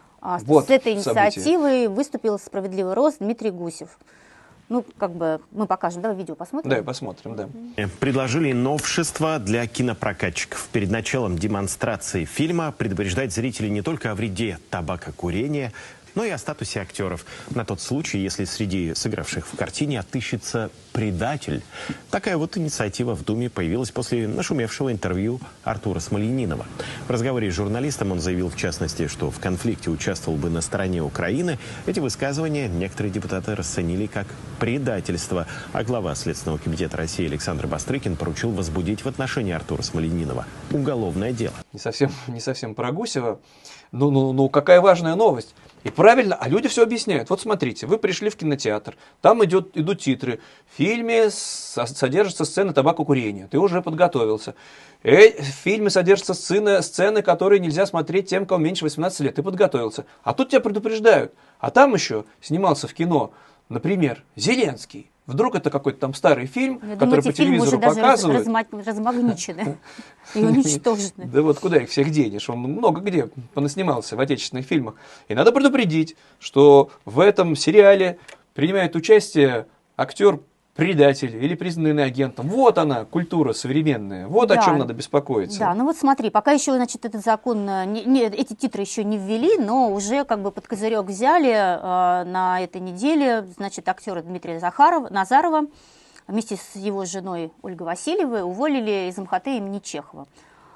Вот С этой инициативой событие. выступил «Справедливый рост» Дмитрий Гусев. Ну, как бы мы покажем, давай видео посмотрим. Да, посмотрим, да. Предложили новшества для кинопрокатчиков. Перед началом демонстрации фильма предупреждать зрителей не только о вреде табакокурения, но и о статусе актеров. На тот случай, если среди сыгравших в картине отыщется предатель. Такая вот инициатива в Думе появилась после нашумевшего интервью Артура Смольянинова. В разговоре с журналистом он заявил, в частности, что в конфликте участвовал бы на стороне Украины. Эти высказывания некоторые депутаты расценили как предательство. А глава Следственного комитета России Александр Бастрыкин поручил возбудить в отношении Артура Смольянинова уголовное дело. Не совсем, не совсем про Гусева. Ну, ну, ну, какая важная новость. И правильно, а люди все объясняют. Вот смотрите, вы пришли в кинотеатр, там идет, идут титры. В фильме содержатся сцены табакокурения. Ты уже подготовился. Э, в фильме содержатся сцены, сцены, которые нельзя смотреть тем, кому меньше восемнадцати лет. Ты подготовился. А тут тебя предупреждают. А там еще снимался в кино, например, Зеленский. Вдруг это какой-то там старый фильм, Я который думаю, по эти фильмы телевизору уже даже показывают. разма- размагничены и уничтожены. Да вот куда их всех денешь? Он много где понаснимался в отечественных фильмах. И надо предупредить, что в этом сериале принимает участие актер-предатель или признанный агентом. Вот она, культура современная. Вот Да. о чем надо беспокоиться. Да, ну вот смотри, пока еще, значит, этот закон, э, не- не- эти титры еще не ввели, но уже как бы под козырек взяли э, на этой неделе, значит, актера Дмитрия Захарова, Назарова вместе с его женой Ольгой Васильевой уволили из МХТ имени Чехова.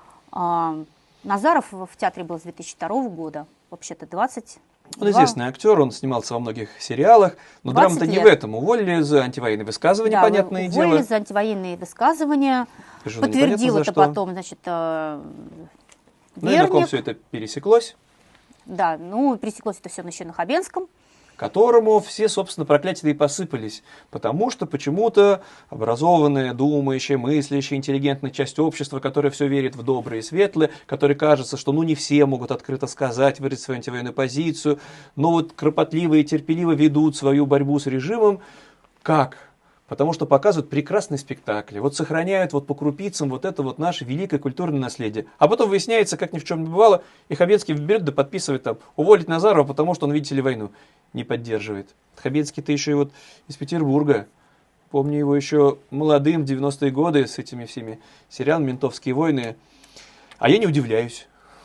А, Назаров в театре был с две тысячи второго года, вообще-то двадцать. Он известный актер, он снимался во многих сериалах, но двадцать драма-то не лет. в этом. Уволили за антивоенные высказывания, Да, понятное уволили дело. за антивоенные высказывания. Совершенно Подтвердил непонятно, за это что. потом, значит, э, Ну и на ком Верник. все это пересеклось? Да, ну, пересеклось это все еще на Хабенском. Которому все, собственно, проклятия и посыпались. Потому что почему-то образованная, думающая, мыслящая, интеллигентная часть общества, которая все верит в доброе и светлое, которой кажется, что ну не все могут открыто сказать, выразить свою антивоенную позицию, но вот кропотливо и терпеливо ведут свою борьбу с режимом. Как? Потому что показывают прекрасные спектакли, вот сохраняют вот по крупицам вот это вот наше великое культурное наследие. А потом выясняется, как ни в чем не бывало, и Хабенский берет да подписывает там, уволить Назарова, потому что он, видите ли, войну не поддерживает. Хабенский-то еще и вот из Петербурга. Помню его еще молодым в девяностые годы с этими всеми сериалами «Ментовские войны». А я не удивляюсь.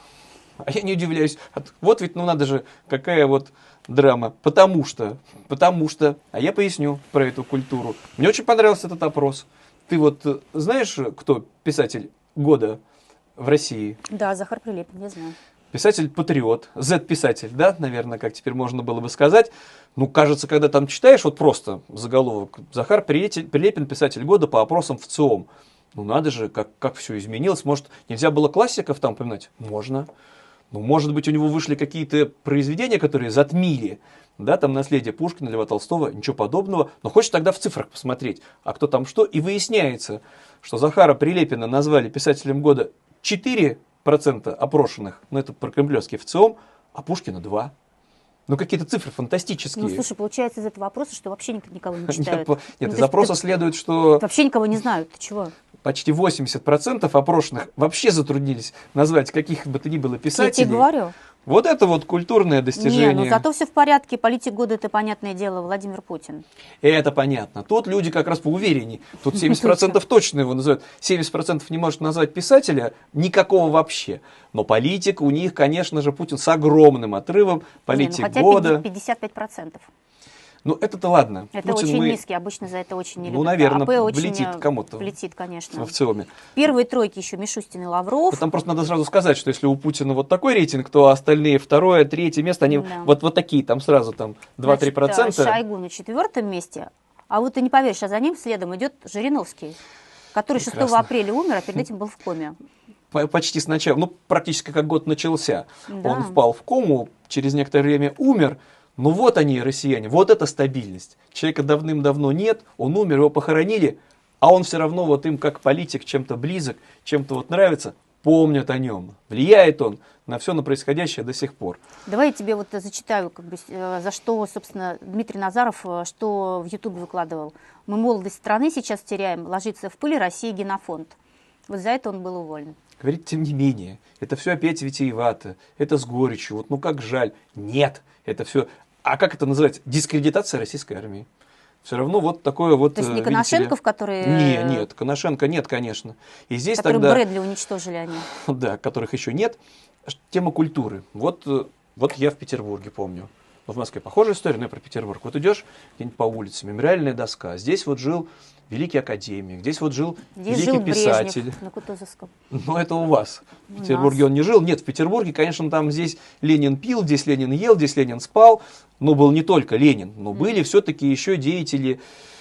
А я не удивляюсь. Вот ведь, ну надо же, какая вот драма. Потому что, потому что, а я поясню про эту культуру. Мне очень понравился этот опрос. Ты вот знаешь, кто писатель года в России? Да, Захар Прилепин, я знаю. Писатель-патриот, зет-писатель, да, наверное, как теперь можно было бы сказать. Ну, кажется, когда там читаешь, вот просто заголовок, Захар Прилепин, писатель года по опросам в ЦИОМ. Ну, надо же, как, как все изменилось. Может, нельзя было классиков там упоминать? Можно. Ну, может быть, у него вышли какие-то произведения, которые затмили, да, там наследие Пушкина, Льва Толстого, ничего подобного. Но хочешь тогда в цифрах посмотреть, а кто там что. И выясняется, что Захара Прилепина назвали писателем года четыре процента опрошенных, ну это прокремлевский в ЦИОМ, а Пушкина два. Ну какие-то цифры фантастические. Ну, слушай, получается из этого вопроса, что вообще ник- никого не читают. Нет, Ну, из то есть запроса ты- следует, что Вообще никого не знают, ты чего? почти восемьдесят процентов опрошенных вообще затруднились назвать каких бы то ни было Я писателей. тебе говорю. Вот это вот культурное достижение. Не, ну зато все в порядке. Политик года, это понятное дело, Владимир Путин. Это понятно. Тут люди как раз поувереннее. Тут семьдесят процентов точно его называют. семьдесят процентов не может назвать писателя, никакого вообще. Но политик у них, конечно же, Путин с огромным отрывом. Политик Не, ну, хотя года. пятьдесят пять процентов. Ну, это-то ладно. Это Путин очень мы- низкий, обычно за это очень не Ну, любят. наверное, АП очень, влетит э, кому-то. Влетит, конечно. В ЦИОМе. Первые тройки еще Мишустин и Лавров. Там просто надо сразу сказать, что если у Путина вот такой рейтинг, то остальные второе, третье место, они Да. вот, вот такие, там сразу там два-три Значит, процента. Шойгу на четвертом месте. А вот ты не поверишь, а за ним следом идет Жириновский, который шестого Прекрасно. апреля умер, а перед этим был в коме. По- Почти сначала, ну, практически как год начался. Да. Он впал в кому, через некоторое время умер. Ну вот они, россияне, вот это стабильность. Человека давным-давно нет, он умер, его похоронили, а он все равно вот им как политик чем-то близок, чем-то вот нравится, помнят о нем. Влияет он на все на происходящее до сих пор. Давай я тебе вот зачитаю, как бы, э, за что, собственно, Дмитрий Назаров, э, что в Ютубе выкладывал. Мы молодость страны сейчас теряем, ложится в пыль Россия генофонд. Вот за это он был уволен. Говорит, тем не менее, это все опять витиевато, это с горечью, вот ну как жаль. Нет, это все... А как это называется? Дискредитация российской армии. Все равно вот такое вот... То есть э, не видите ли- Коношенков, которые... Не, нет, Коношенко нет, конечно. И здесь Которые тогда... Брэдли уничтожили они. Да, которых еще нет. Ш- Тема культуры. Вот, э, вот я в Петербурге помню. Ну, в Москве похожая история, но я про Петербург. Вот идешь где-нибудь по улице, мемориальная доска. Здесь вот жил великий академик, здесь вот жил Здесь великий жил писатель. Брежнев на Кутузовском. Но это у вас. В У Петербурге нас. он не жил. Нет, в Петербурге, конечно, там здесь Ленин пил, здесь Ленин ел, здесь Ленин спал. Но был не только Ленин, но были все-таки еще деятели,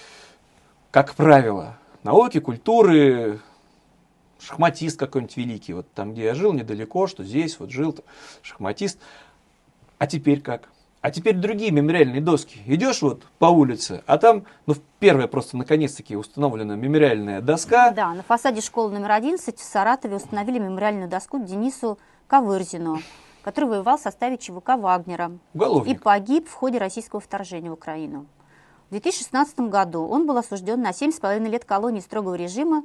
как правило, науки, культуры, шахматист какой-нибудь великий. Вот там, где я жил, недалеко, что здесь вот жил шахматист. А теперь как? А теперь другие мемориальные доски. Идешь вот по улице, а там, ну, первая просто наконец-таки установлена мемориальная доска. Да, на фасаде школы номер одиннадцать в Саратове установили мемориальную доску Денису Кавырзину, который воевал в составе ЧВК Вагнера Уголовник. и погиб в ходе российского вторжения в Украину. В две тысячи шестнадцатом году он был осужден на семь с половиной лет колонии строгого режима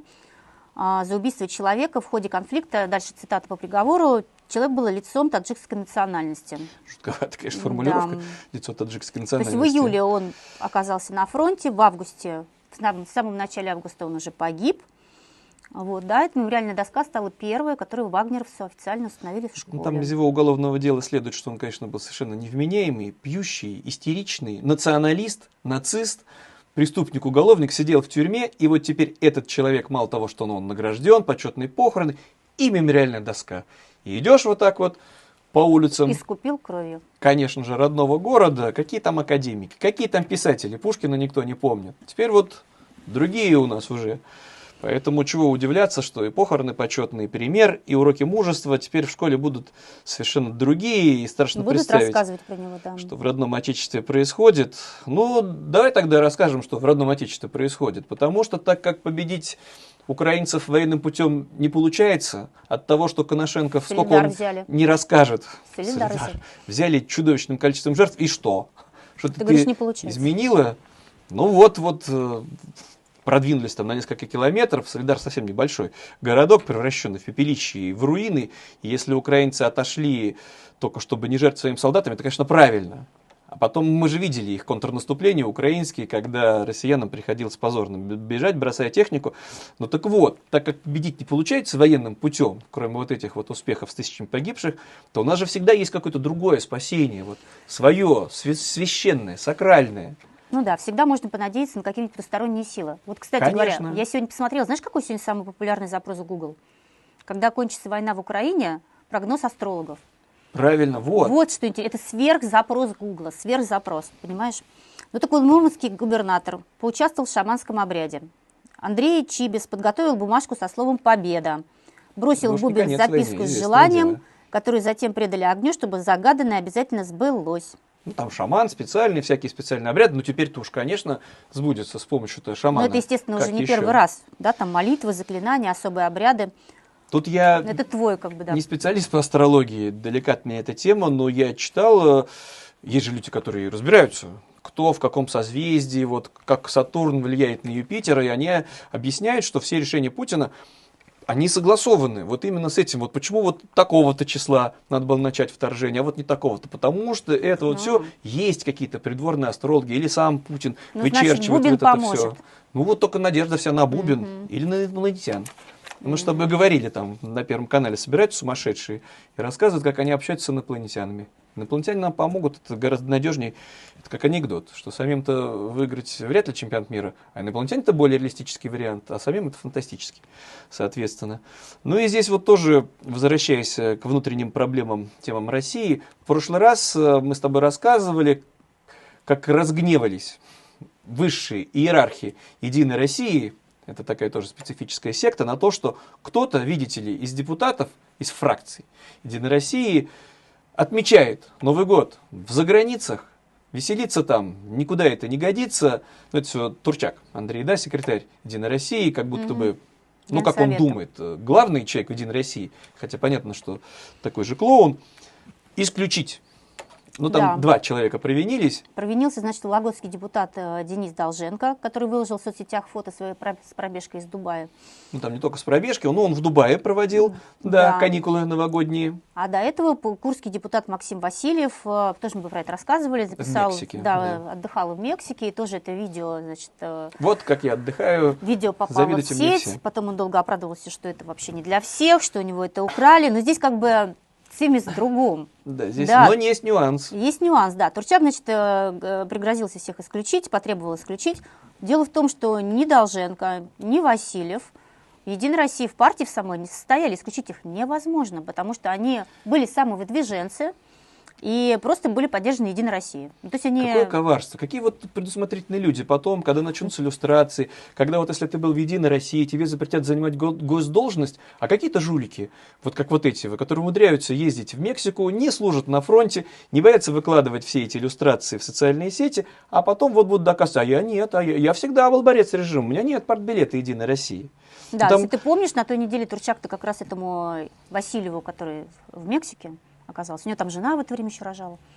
а, за убийство человека в ходе конфликта. Дальше цитата по приговору. Человек был лицом таджикской национальности. Жутковатая, конечно, формулировка. Да. Лицо таджикской То есть национальности. в июле он оказался на фронте, в августе, в самом, в самом начале августа он уже погиб. Вот, да, эта мемориальная доска стала первой, которую вагнеровцы официально установили в школе. Ну, там из его уголовного дела следует, что он, конечно, был совершенно невменяемый, пьющий, истеричный, националист, нацист, преступник-уголовник, сидел в тюрьме, и вот теперь этот человек, мало того, что он, он награжден, почетные похороны и мемориальная доска. И идешь вот так вот по улицам. Искупил кровью. Конечно же, родного города. Какие там академики, какие там писатели. Пушкина никто не помнит. Теперь вот другие у нас уже. Поэтому чего удивляться, что и похороны почетные, пример, и уроки мужества теперь в школе будут совершенно другие. И страшно Будут представить, рассказывать про него, да. что в родном отечестве происходит. Ну, давай тогда расскажем, что в родном отечестве происходит. Потому что так как победить украинцев военным путем не получается, от того, что Коношенко сколько он взяли. не расскажет. Солидар Солидар. взяли. Взяли чудовищным количеством жертв, и что? Что-то Ты ты, говоришь, не получается. изменила? Ну вот, вот э, продвинулись там на несколько километров, Солидар совсем небольшой городок, превращенный в пепелище и в руины. И если украинцы отошли только чтобы не жертвовать своими солдатами, это, конечно, правильно. А потом мы же видели их контрнаступления украинские, когда россиянам приходилось позорно бежать, бросая технику. Ну так вот, так как победить не получается военным путем, кроме вот этих вот успехов с тысячами погибших, то у нас же всегда есть какое-то другое спасение, вот свое, священное, сакральное. Ну да, всегда можно понадеяться на какие-нибудь посторонние силы. Вот, кстати Конечно. говоря, я сегодня посмотрела, знаешь, какой сегодня самый популярный запрос в Google? Когда кончится война в Украине, прогноз астрологов. Правильно, вот. Вот что интересно, это сверхзапрос Гугла, сверхзапрос, понимаешь? Ну такой мурманский губернатор поучаствовал в шаманском обряде. Андрей Чибис подготовил бумажку со словом «Победа». Бросил Может, в бубен конец записку войны, с известное желанием, дело. которую затем предали огню, чтобы загаданное обязательно сбылось. Ну, там шаман специальный, всякие специальные обряды, но теперь-то уж, конечно, сбудется с помощью шамана. Но это, естественно, Как уже не еще? первый раз, да, там молитвы, заклинания, особые обряды. Тут я Это твой, как бы, да. не специалист по астрологии, далека от меня эта тема, но я читал, э, есть же люди, которые разбираются, кто в каком созвездии, вот как Сатурн влияет на Юпитера, и они объясняют, что все решения Путина, они согласованы вот именно с этим. Вот почему вот такого-то числа надо было начать вторжение, а вот не такого-то. Потому что это вот Ну. все есть какие-то придворные астрологи, или сам Путин Ну, значит, вычерчивает бубен вот это поможет. все. Ну вот только надежда вся на бубен или на инопланетян. Мы с тобой говорили, там на Первом канале собираются сумасшедшие и рассказывают, как они общаются с инопланетянами. Инопланетяне нам помогут, это гораздо надежнее. Это как анекдот, что самим-то выиграть вряд ли чемпионат мира, а инопланетяне это более реалистический вариант, а самим это фантастический, соответственно. Ну и здесь вот тоже, возвращаясь к внутренним проблемам, темам России, в прошлый раз мы с тобой рассказывали, как разгневались высшие иерархи Единой России, это такая тоже специфическая секта, на то, что кто-то, видите ли, из депутатов, из фракций Единой России отмечает Новый год в заграницах, веселиться там, никуда это не годится. Ну, это все Турчак Андрей, да, секретарь Единой России, как будто Мгм. бы, ну, как он Генсовета. думает, главный человек в Единой России, хотя понятно, что такой же клоун, исключить. Ну, там Да. два человека провинились. Провинился, значит, вологодский депутат э, Денис Долженко, который выложил в соцсетях фото своей про- с пробежкой из Дубая. Ну, там не только с пробежки, но он в Дубае проводил, да, Да. каникулы новогодние. А до этого п- курский депутат Максим Васильев, э, тоже мы про это рассказывали, записал, Мексике, да, да. отдыхал в Мексике, и тоже это видео, значит, э, Вот как я отдыхаю. видео попало в Завидуйте мне сеть, все. потом он долго оправдывался, что это вообще не для всех, что у него это украли, но здесь как бы цимис в другом. Да, здесь, Да. но есть нюанс. Есть нюанс, да. Турчак, значит, э, г- пригрозился всех исключить, потребовал исключить. Дело в том, что ни Долженко, ни Васильев в Единой России в партии в самой не состояли, исключить их невозможно, потому что они были самовыдвиженцы и просто были поддержаны Единой Россией. Ну, то есть они... Какое коварство, какие вот предусмотрительные люди. Потом, когда начнутся иллюстрации, когда вот если ты был в Единой России, тебе запретят занимать го- госдолжность, а какие-то жулики, вот как вот эти, которые умудряются ездить в Мексику, не служат на фронте, не боятся выкладывать все эти иллюстрации в социальные сети, а потом вот будут доказывать, а я нет, а я, я всегда был борец режима, у меня нет партбилета Единой России. Да, Там- если ты помнишь, на той неделе Турчак-то как раз этому Васильеву, который в Мексике оказался, у него там жена в это время еще рожала,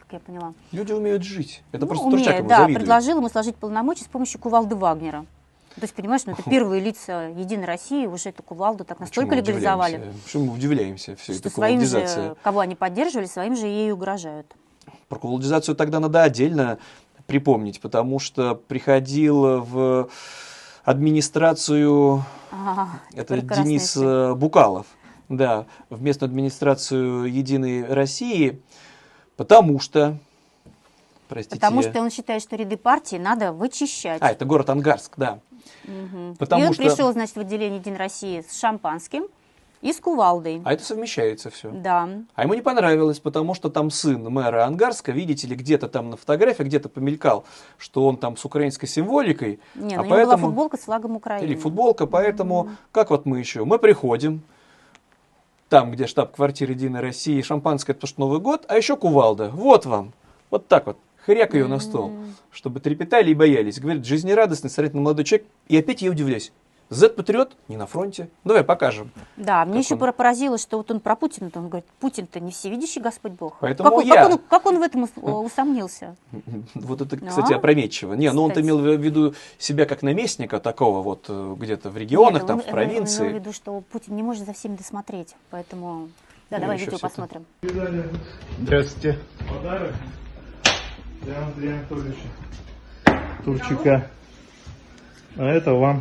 как я поняла. Люди умеют жить. Это Ну, просто умеют, Турчак ему да, завидует. предложил ему сложить полномочия с помощью кувалды Вагнера. То есть, понимаешь, ну, это первые лица Единой России уже эту кувалду так настолько Почему мы легализовали, удивляемся? Почему мы удивляемся? Все что это своим кувалдизация. же, кого они поддерживали, своим же ей угрожают. Про кувалдизацию тогда надо отдельно припомнить, потому что приходил в администрацию, Ага, это прекрасная Денис история. э, Букалов, да, в местную администрацию Единой России, потому что, простите, Потому я- что он считает, что ряды партии надо вычищать. А, это город Ангарск, да. Мгм. Потому и он что- пришел, значит, в отделение Единой России с шампанским и с кувалдой. А это совмещается все. Да. А ему не понравилось, потому что там сын мэра Ангарска, видите ли, где-то там на фотографии, где-то помелькал, что он там с украинской символикой. Не, а ну, у него была футболка с флагом Украины. Или футболка, поэтому как вот мы еще? Мы приходим, там, где штаб-квартира Единой России, шампанское, это потому что Новый год, а еще кувалда. Вот вам. Вот так вот. Хряк ее на стол, чтобы трепетали и боялись. Говорит, жизнерадостный, старательный молодой человек. И опять я удивляюсь. Зет-патриот не на фронте. Давай покажем. Да, мне Как еще он? поразило, что вот он про Путина, он говорит, Путин-то не всевидящий Господь Бог. Поэтому как, он, я- как, он, как он в этом ус- усомнился? Вот это, Да. кстати, опрометчиво. Не, ну он-то Кстати. имел в виду себя как наместника такого вот э, где-то в регионах, Нет, там, он- в он- провинции. Он имел в виду, что Путин не может за всеми досмотреть, поэтому... Да, Ну, давай еще видео всё это. посмотрим. Здравствуйте. Подарок для Андрея Анатольевича Турчака. А это вам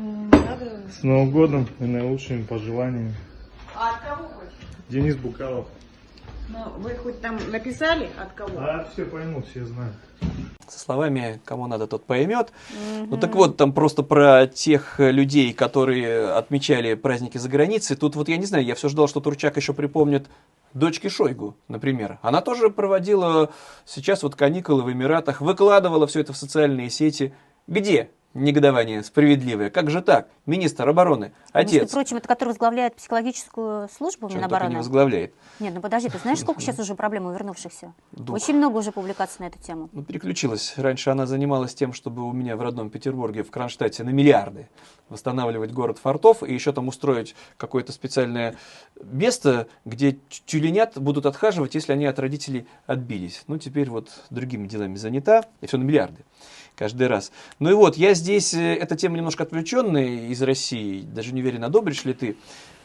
с Новым годом и наилучшими пожеланиями. А от кого хоть? Денис Букалов. Ну, вы хоть там написали от кого? А все поймут, все знают. Со словами «кому надо, тот поймет». Ну так вот, там просто про тех людей, которые отмечали праздники за границей. Тут вот я не знаю, я все ждал, что Турчак еще припомнит дочки Шойгу, например. Она тоже проводила сейчас вот каникулы в Эмиратах, выкладывала все это в социальные сети. Где негодование справедливое? Как же так? Министр обороны, отец. Между прочим, это который возглавляет психологическую службу Что он только не Минобороны. возглавляет. Нет, ну подожди, ты знаешь, сколько сейчас уже проблем у вернувшихся? Дух. Очень много уже публикаций на эту тему. Ну, переключилась. Раньше она занималась тем, чтобы у меня в родном Петербурге, в Кронштадте, на миллиарды восстанавливать город фортов и еще там устроить какое-то специальное место, где тю- тюленят будут отхаживать, если они от родителей отбились. Ну, теперь вот другими делами занята, и все на миллиарды каждый раз. Ну и вот, я здесь, э, эта тема немножко отвлеченная из России, даже не уверен, одобришь ли ты.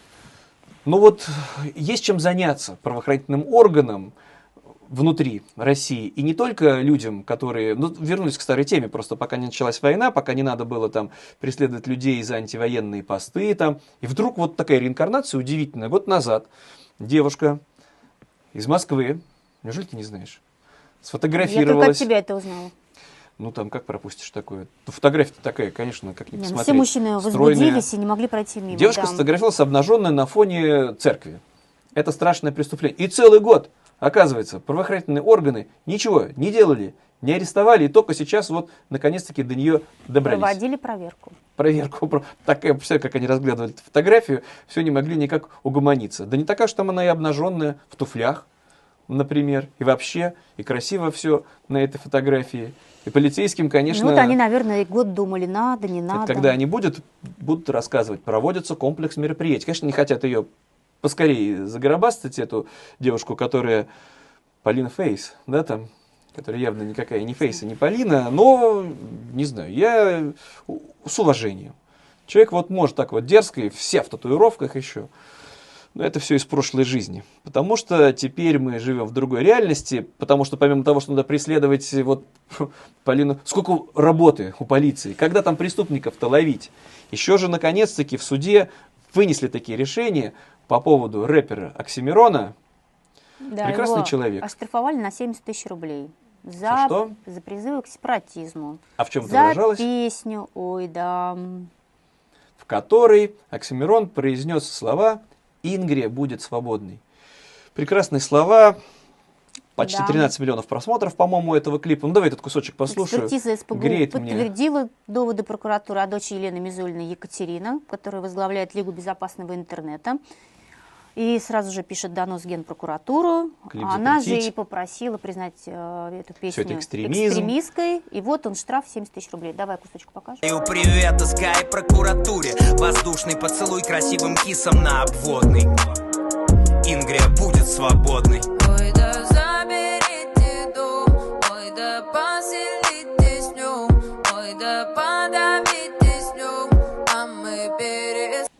Ну вот, есть чем заняться правоохранительным органам внутри России. И не только людям, которые... Ну, вернулись к старой теме, просто пока не началась война, пока не надо было там преследовать людей за антивоенные посты там. И вдруг вот такая реинкарнация удивительная. Год назад девушка из Москвы, неужели ты не знаешь, Я сфотографировалась... только от тебя это узнала. Ну, там, как пропустишь такое? Ну, фотография такая, конечно, как ни Не, ну, посмотреть. все мужчины Стройная. возбудились и не могли пройти мимо. Девушка да. сфотографировалась обнаженная на фоне церкви. Это страшное преступление. И целый год, оказывается, правоохранительные органы ничего не делали, не арестовали, и только сейчас вот наконец-таки до нее добрались. Проводили проверку. Проверку. про- Такая, все, как они разглядывали эту фотографию, все не могли никак угомониться. Да не такая, что там она и обнаженная, в туфлях, например, и вообще, и красиво все на этой фотографии. И полицейским, конечно... Ну вот они, наверное, и год думали, надо, не Это надо. когда они будут, будут рассказывать, проводится комплекс мероприятий. Конечно, не хотят ее поскорее загробастать, эту девушку, которая Полина Фейс, да, там, которая явно никакая не Фейс и не Полина, но, не знаю, я с уважением. Человек вот может так вот дерзко, и все в татуировках еще. Но это все из прошлой жизни. Потому что теперь мы живем в другой реальности, потому что помимо того, что надо преследовать вот Полину, сколько работы у полиции, когда там преступников-то ловить. Еще же наконец-таки в суде вынесли такие решения по поводу рэпера Оксимирона. Да, Прекрасный его человек. оштрафовали на семьдесят тысяч рублей. За, За что? За призывы к сепаратизму. А в чем это За выражалось? песню, ой, да. В которой Оксимирон произнес слова «Ингрия будет свободной». Прекрасные слова, почти Да. тринадцать миллионов просмотров, по-моему, этого клипа. Ну, давай этот кусочек послушаю. Экспертиза СПГУ Греет мне. подтвердила доводы прокуратуры о дочери Елены Мизулиной Екатерина, которая возглавляет Лигу безопасного интернета. И сразу же пишет донос в Генпрокуратуру. Клип Она же запретить. и попросила признать э, эту Всё песню это экстремизм. экстремистской. И вот он, штраф семьдесят тысяч рублей. Давай кусочек покажем. Привет, Sky прокуратуре. Воздушный поцелуй красивым кисом на обводный. Ингрия будет свободной. Ой, да заберите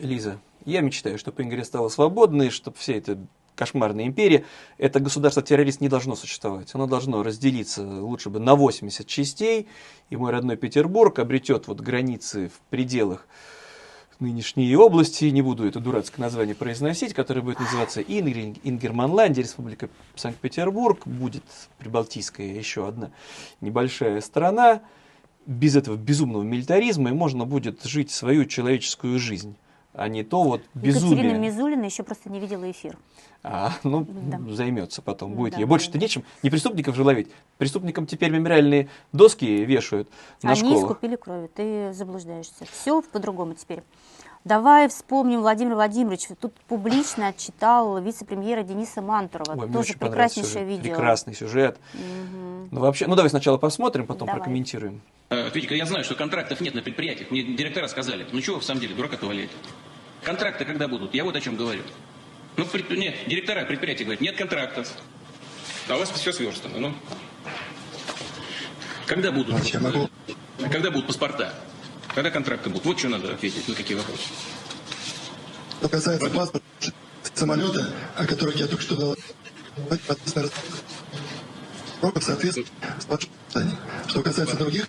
Лиза, я мечтаю, чтобы Ингрия стала свободной, чтобы вся эта кошмарная империя, это государство-террорист не должно существовать. Оно должно разделиться лучше бы на восемьдесят частей, и мой родной Петербург обретет вот границы в пределах нынешней области, не буду это дурацкое название произносить, которое будет называться Ингер, Ингерманландия, Республика Санкт-Петербург, будет прибалтийская еще одна небольшая страна, без этого безумного милитаризма, и можно будет жить свою человеческую жизнь, а не то вот безумие. Екатерина Мизулина еще просто не видела эфир. А, ну, Да. займется потом, будет Да, ей. да, Больше-то да. нечем. Не преступников же ловить. Преступникам теперь мемориальные доски вешают на Они школах. искупили кровью, ты заблуждаешься. Все по-другому теперь. Давай вспомним Владимира Владимировича. Тут публично отчитал вице-премьера Дениса Мантурова. Ой, мне Тоже очень понравился прекраснейшее сюжет. видео. Прекрасный сюжет. Мгм. Ну, вообще, ну, давай сначала посмотрим, потом Давай. прокомментируем. Э, Витя, я знаю, что контрактов нет на предприятиях. Мне директора сказали. Ну чего вы в самом деле, дурака-то валяете? Контракты когда будут? Я вот о чем говорю. Ну, пред- нет, директора предприятия говорят, нет контрактов. А у вас все сверстано. Ну. Когда будут? А Когда будут паспорта? Когда контракты будут? Вот что надо ответить, на какие вопросы. Что касается паспорта самолета, о которых я только что дал, сроков соответствует с подписанием. Что касается других,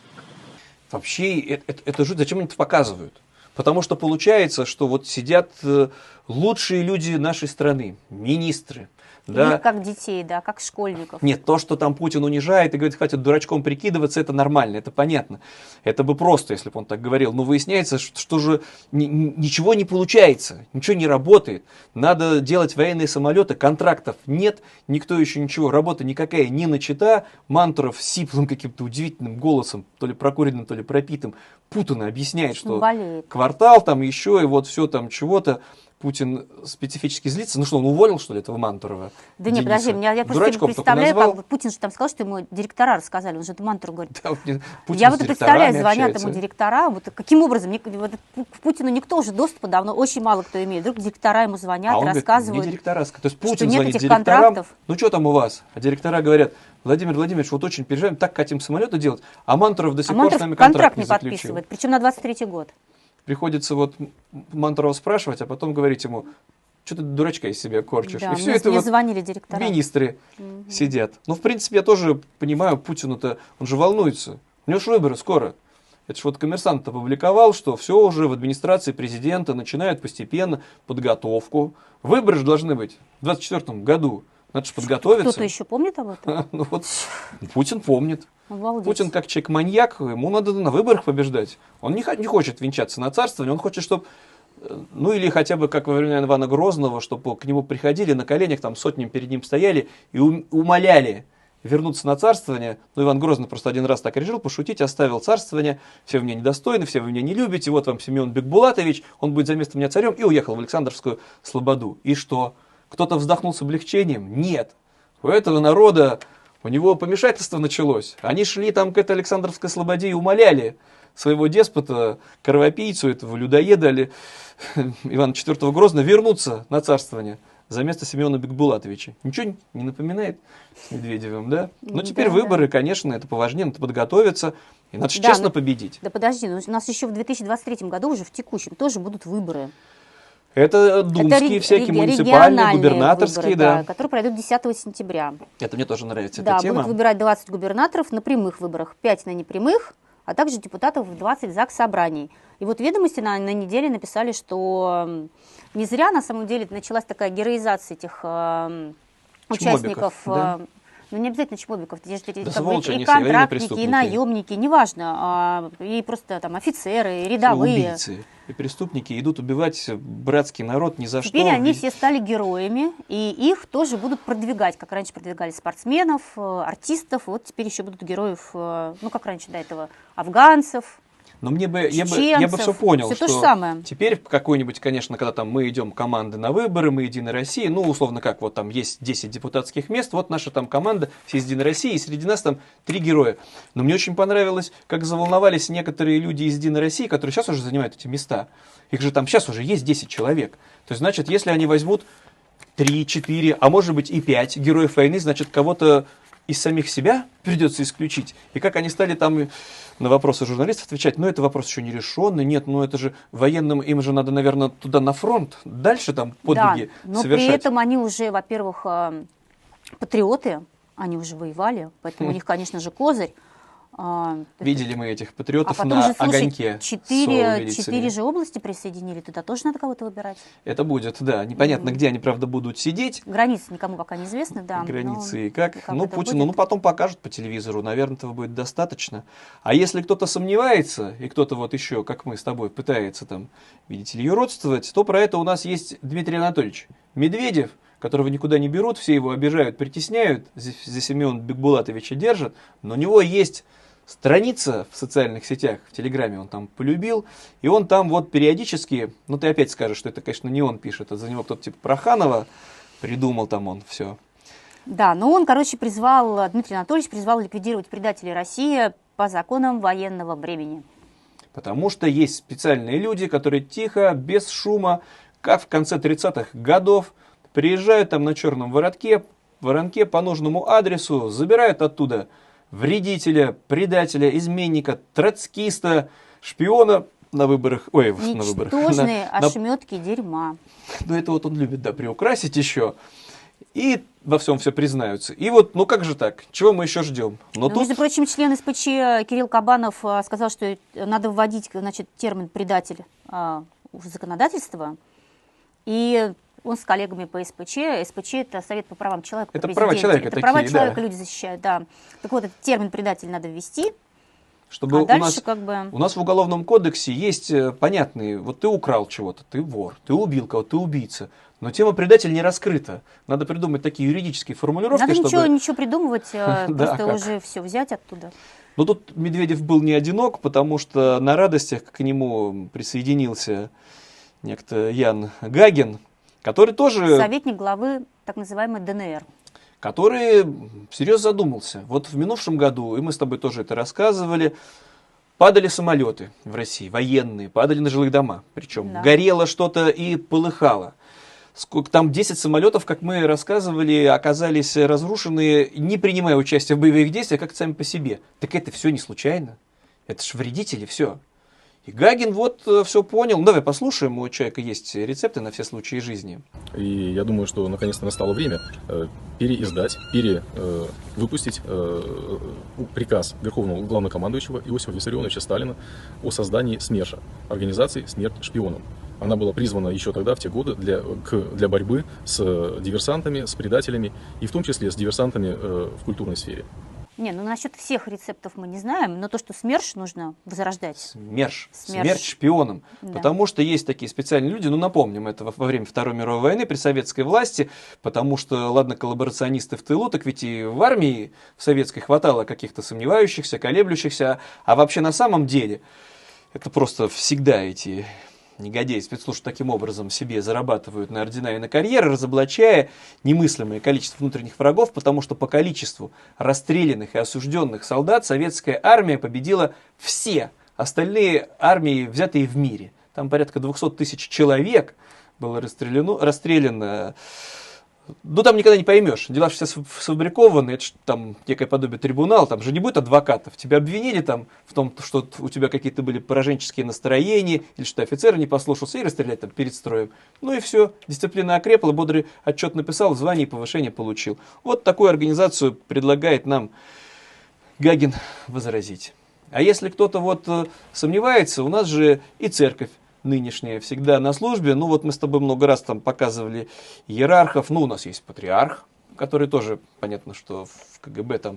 Вообще, это, это, это жуть, зачем они это показывают? Потому что получается, что вот сидят э, лучшие люди нашей страны, министры. Да. Их как детей, да, как школьников. Нет, то, что там Путин унижает и говорит, хватит дурачком прикидываться, это нормально, это понятно. Это бы просто, если бы он так говорил. Но выясняется, что, что же ни- ни- ничего не получается, ничего не работает. Надо делать военные самолеты, контрактов нет, никто еще ничего, работа никакая не начата. Мантуров сиплым каким-то удивительным голосом, то ли прокуренным, то ли пропитым, Путина объясняет, что Болеет. квартал там еще и вот все там чего-то. Путин специфически злится. Ну что, он уволил, что ли, этого Мантурова? Да нет, Дениса? подожди, я, я просто Дурачком себе только представляю, назвал. как Путин же там сказал, что ему директора рассказали, он же это Мантуру говорит. Да, Путин Я с вот и директорами представляю, звонят общается. ему директора, вот каким образом, Ник- вот к Путину никто уже доступа давно, очень мало кто имеет. Вдруг директора ему звонят, А он говорит, рассказывают. не директора, то есть что Путин нет звонит этих директорам, контрактов. ну что там у вас? А директора говорят, Владимир Владимирович, вот очень переживаем, так хотим самолеты делать, а Мантуров до сих А пор с Мантуров нами контракт контракт не не заключил. подписывает, причем на двадцать третий год. Приходится вот Мантурова спрашивать, а потом говорить ему, что ты дурачка из себя корчишь. Да, и все мне- это мне вот звонили директора. министры Мгм. сидят. Ну, в принципе, я тоже понимаю, Путину-то, он же волнуется. У него же выборы скоро. Это же вот «Коммерсант» опубликовал, что все уже в администрации президента начинают постепенно подготовку. Выборы же должны быть в двадцать четвёртом году. Надо же подготовиться. Кто-то еще помнит об этом? Ну вот Путин помнит. Обалдеть. Путин как человек-маньяк, ему надо на выборах побеждать. Он не, хо- не хочет венчаться на царствование, он хочет, чтобы, ну или хотя бы как во времена Ивана Грозного, чтобы к нему приходили на коленях, там сотнями перед ним стояли и ум- умоляли вернуться на царствование. Ну, Иван Грозный просто один раз так решил пошутить, оставил царствование, все вы меня недостойны, все вы меня не любите, вот вам Семен Бекбулатович, он будет за место меня царем, и уехал в Александровскую слободу. И что? Кто-то вздохнул с облегчением? Нет. У этого народа, у него помешательство началось. Они шли там к этой Александровской слободе и умоляли своего деспота, кровопийцу, этого людоеда или Ивана четвёртого Грозного вернуться на царствование за место Семена Бекбулатовича. Ничего не напоминает с Медведевым, да? Но теперь Да, выборы, конечно, это поважнее, надо подготовиться, и надо же Да, честно ну- победить. Да подожди, ну, у нас еще в две тысячи двадцать третьем году, уже в текущем, тоже будут выборы. Это думские, ре- всякие реги- муниципальные, региональные губернаторские, выборы, да. которые пройдут десятого сентября. Это мне тоже нравится, Да, эта тема. будут выбирать двадцать губернаторов на прямых выборах, пять на непрямых, а также депутатов в двадцать заксобраний. И вот ведомости на, на неделе написали, что м, не зря на самом деле началась такая героизация этих эм, участников. да? э, Ну, не обязательно чмобиков, здесь же Да как бы сволочи и они все, и военные контрактники, и преступники. наемники, неважно, а, и просто там офицеры, и рядовые. Убийцы и преступники идут убивать братский народ ни за Теперь что. они И- все стали героями, и их тоже будут продвигать, как раньше продвигали спортсменов, э, артистов, вот теперь еще будут героев, э, ну как раньше до этого, афганцев. Но мне бы, я бы, я бы чеченцев. все понял, Всё что то же самое. теперь какой-нибудь, конечно, когда там мы идем команды на выборы, мы Единая Россия, ну, условно, как вот там есть десять депутатских мест, вот наша там команда, все из Единой России, и среди нас там три героя. Но мне очень понравилось, как заволновались некоторые люди из Единой России, которые сейчас уже занимают эти места. Их же там сейчас уже есть десять человек. То есть, значит, если они возьмут три, четыре, а может быть и пять героев войны, значит, кого-то из самих себя придется исключить, и как они стали там на вопросы журналистов отвечать, ну это вопрос еще не решенный, нет, ну это же военным, им же надо, наверное, туда на фронт, дальше там подвиги да, но совершать. При этом они уже, во-первых, патриоты, они уже воевали, поэтому у них, конечно же, козырь. Видели мы этих патриотов а на же, слушай, огоньке. Четыре, четыре же области присоединили, туда тоже надо кого-то выбирать. Это будет, да. Непонятно, mm-hmm. где они, правда, будут сидеть. Границы никому пока не известны, да. Границы и как. как ну, Путину, будет? ну, потом покажут по телевизору, наверное, этого будет достаточно. А если кто-то сомневается, и кто-то вот еще, как мы с тобой, пытается там, видите ли, юродствовать, то про это у нас есть Дмитрий Анатольевич Медведев, которого никуда не берут, все его обижают, притесняют, за Семена Бекбулатовича держат, но у него есть страница в социальных сетях, в Телеграме он там полюбил, и он там вот периодически, ну ты опять скажешь, что это, конечно, не он пишет, а за него кто-то типа Проханова придумал там он все. Да, но он, короче, призвал, Дмитрий Анатольевич призвал ликвидировать предателей России по законам военного времени. Потому что есть специальные люди, которые тихо, без шума, как в конце тридцатых годов, приезжают там на черном воротке, воронке по нужному адресу, забирают оттуда вредителя, предателя, изменника, троцкиста, шпиона на выборах, ой, на выборах. Ничтожные ошметки на... дерьма. Ну, это вот он любит, да, приукрасить еще. И во всем все признаются. И вот, ну как же так? Чего мы еще ждем? Но ну, тут... Между прочим, член СПЧ Кирилл Кабанов сказал, что надо вводить, значит, термин «предатель» в законодательство. И он с коллегами по СПЧ. СПЧ – это Совет по правам человека. Это права человека. Это такие, права человека да. люди защищают, да. Так вот, этот термин «предатель» надо ввести. Чтобы а у, дальше нас, как бы... у нас в Уголовном кодексе есть понятные, вот ты украл чего-то, ты вор, ты убил кого-то, ты убийца. Но тема предатель не раскрыта. Надо придумать такие юридические формулировки, Надо чтобы... ничего, ничего придумывать, да, просто уже все взять оттуда. Но тут Медведев был не одинок, потому что на радостях к нему присоединился некто Ян Гагин, который тоже... Советник главы так называемой ДНР. Который серьезно задумался. Вот в минувшем году, и мы с тобой тоже это рассказывали, падали самолеты в России, военные, падали на жилые дома. Причем да. горело что-то и полыхало. Сколько, там десять самолетов, как мы рассказывали, оказались разрушены, не принимая участия в боевых действиях, как-то сами по себе. Так это все не случайно. Это ж вредители, все. И Гагин вот все понял. Ну, давай послушаем, у человека есть рецепты на все случаи жизни. И я думаю, что наконец-то настало время э, переиздать, перевыпустить э, э, приказ Верховного Главнокомандующего Иосифа Виссарионовича Сталина о создании СМЕРШа, организации «Смерть шпионам». Она была призвана еще тогда, в те годы, для, к, для борьбы с диверсантами, с предателями, и в том числе с диверсантами э, в культурной сфере. Не, ну насчет всех рецептов мы не знаем, но то, что СМЕРШ нужно возрождать. СМЕРШ. СМЕРШ, СМЕРШ шпионам. Да. Потому что есть такие специальные люди, ну напомним, это во время Второй мировой войны при советской власти, потому что, ладно, коллаборационисты в тылу, так ведь и в армии в советской хватало каких-то сомневающихся, колеблющихся, а вообще на самом деле это просто всегда эти... негодяи спецслужб таким образом себе зарабатывают на ордена и на карьеры, разоблачая немыслимое количество внутренних врагов, потому что по количеству расстрелянных и осужденных солдат советская армия победила все остальные армии, взятые в мире. Там порядка двухсот тысяч человек было расстреляно, расстреляно. Ну, там никогда не поймешь. Дела все сфабрикованы, это ж там некое подобие трибунала, там же не будет адвокатов. Тебя обвинили там в том, что у тебя какие-то были пораженческие настроения, или что офицер не послушался, и расстрелять там перед строем. Ну и все, дисциплина окрепла, бодрый отчет написал, звание и повышение получил. Вот такую организацию предлагает нам Гагин возразить. А если кто-то вот сомневается, у нас же и церковь нынешняя всегда на службе. Ну вот мы с тобой много раз там показывали иерархов. Ну у нас есть патриарх, который тоже, понятно, что в КГБ там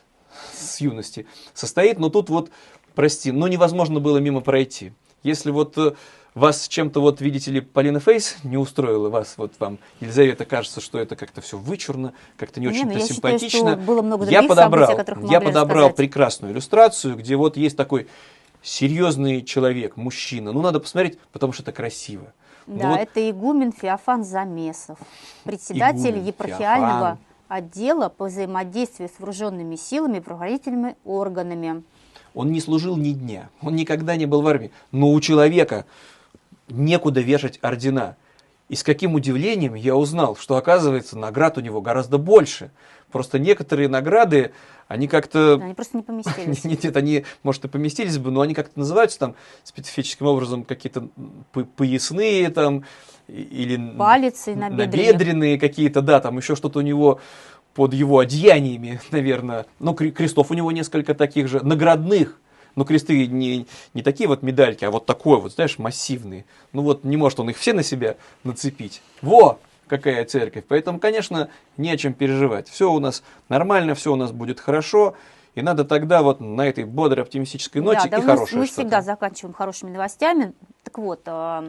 с юности состоит. Но тут вот, прости, но невозможно было мимо пройти. Если вот вас чем-то, вот видите ли, Полина Фейс не устроила, вас, вот вам, Елизавета, кажется, что это как-то все вычурно, как-то не очень-то я симпатично. Считаю, было много я подобрал, событий, о которых мы я могли подобрал рассказать. прекрасную иллюстрацию, где вот есть такой серьезный человек, мужчина. Ну, надо посмотреть, потому что это красиво. Да, вот... это игумен Феофан Замесов, председатель игумен епархиального Феофан. Отдела по взаимодействию с вооруженными силами и правоохранительными органами. Он не служил ни дня, он никогда не был в армии, но у человека некуда вешать ордена. И с каким удивлением я узнал, что, оказывается, наград у него гораздо больше. Просто некоторые награды, они как-то... Они просто не поместились. Нет, нет, они, может, и поместились бы, но они как-то называются там специфическим образом какие-то поясные там, или палицы, набедренные. набедренные какие-то, да, там еще что-то у него под его одеяниями, наверное. Ну, крестов у него несколько таких же, наградных. Но кресты не, не такие вот медальки, а вот такой вот, знаешь, массивные. Ну вот не может он их все на себя нацепить. Во! Какая церковь. Поэтому, конечно, не о чем переживать. Все у нас нормально, все у нас будет хорошо. И надо тогда вот на этой бодрой оптимистической ноте да, и да, хорошее мы, мы что-то. всегда заканчиваем хорошими новостями. Так вот,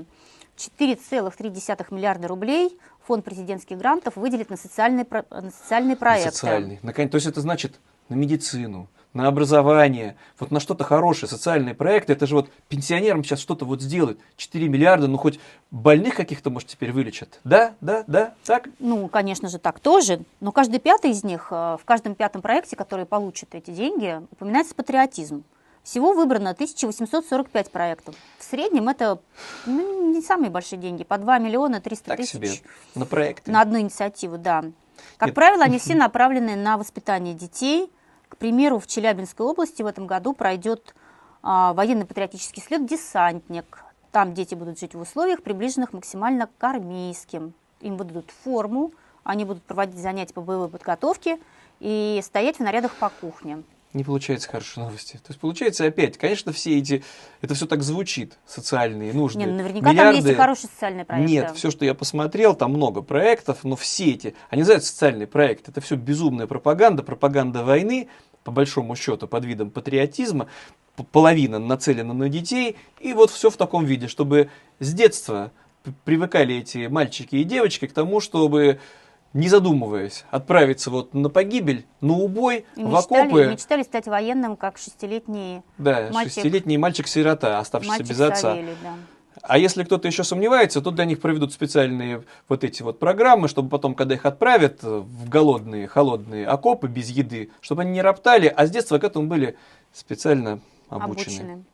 четыре целых три десятых миллиарда рублей фонд президентских грантов выделит на социальные, на социальные проекты. Социальные. Наконец, то есть это значит на медицину, на образование, вот на что-то хорошее, социальные проекты. Это же вот пенсионерам сейчас что-то вот сделают. четыре миллиарда, ну хоть больных каких-то, может, теперь вылечат. Да, да, да, так? Ну, конечно же, так тоже. Но каждый пятый из них, в каждом пятом проекте, который получит эти деньги, упоминается патриотизм. Всего выбрано тысяча восемьсот сорок пять проектов. В среднем это ну, не самые большие деньги, по два миллиона триста тысяч. Так себе, на проекты. На одну инициативу, да. Как Нет. правило, они все направлены на воспитание детей. К примеру, в Челябинской области в этом году пройдет а, военно-патриотический слет «Десантник». Там дети будут жить в условиях, приближенных максимально к армейским. Им выдадут форму, они будут проводить занятия по боевой подготовке и стоять в нарядах по кухне. Не получается хорошей новости. То есть получается опять, конечно, все эти, это все так звучит, социальные нужды. Не, наверняка миллиарды. Там есть и хорошие социальные проекты. Нет, все, что я посмотрел, там много проектов, но все эти, они называются социальные проекты, это все безумная пропаганда, пропаганда войны, по большому счету, под видом патриотизма, половина нацелена на детей, и вот все в таком виде, чтобы с детства привыкали эти мальчики и девочки к тому, чтобы, не задумываясь, отправиться вот на погибель, на убой, и в мечтали, окопы. Мечтали стать военным, как шестилетний Да, мальчик. шестилетний мальчик-сирота, оставшийся Мальчик без отца. Савелий, да. А если кто-то еще сомневается, то для них проведут специальные вот эти вот программы, чтобы потом, когда их отправят в голодные, холодные окопы без еды, чтобы они не роптали, а с детства к этому были специально обучены. Обучены.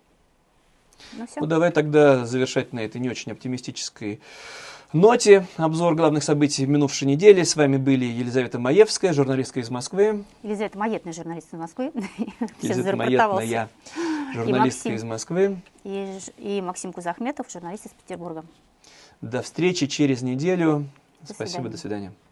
Ну, всё. Ну, давай тогда завершать на этой не очень оптимистической ноте обзор главных событий минувшей недели. С вами были Елизавета Маевская, журналистка из Москвы. Елизавета Маетная, журналист из Москвы. Елизавета Маетная, журналистка из Москвы. И, и Максим Кузахметов, журналист из Петербурга. До встречи через неделю. До Спасибо, свидания. до свидания.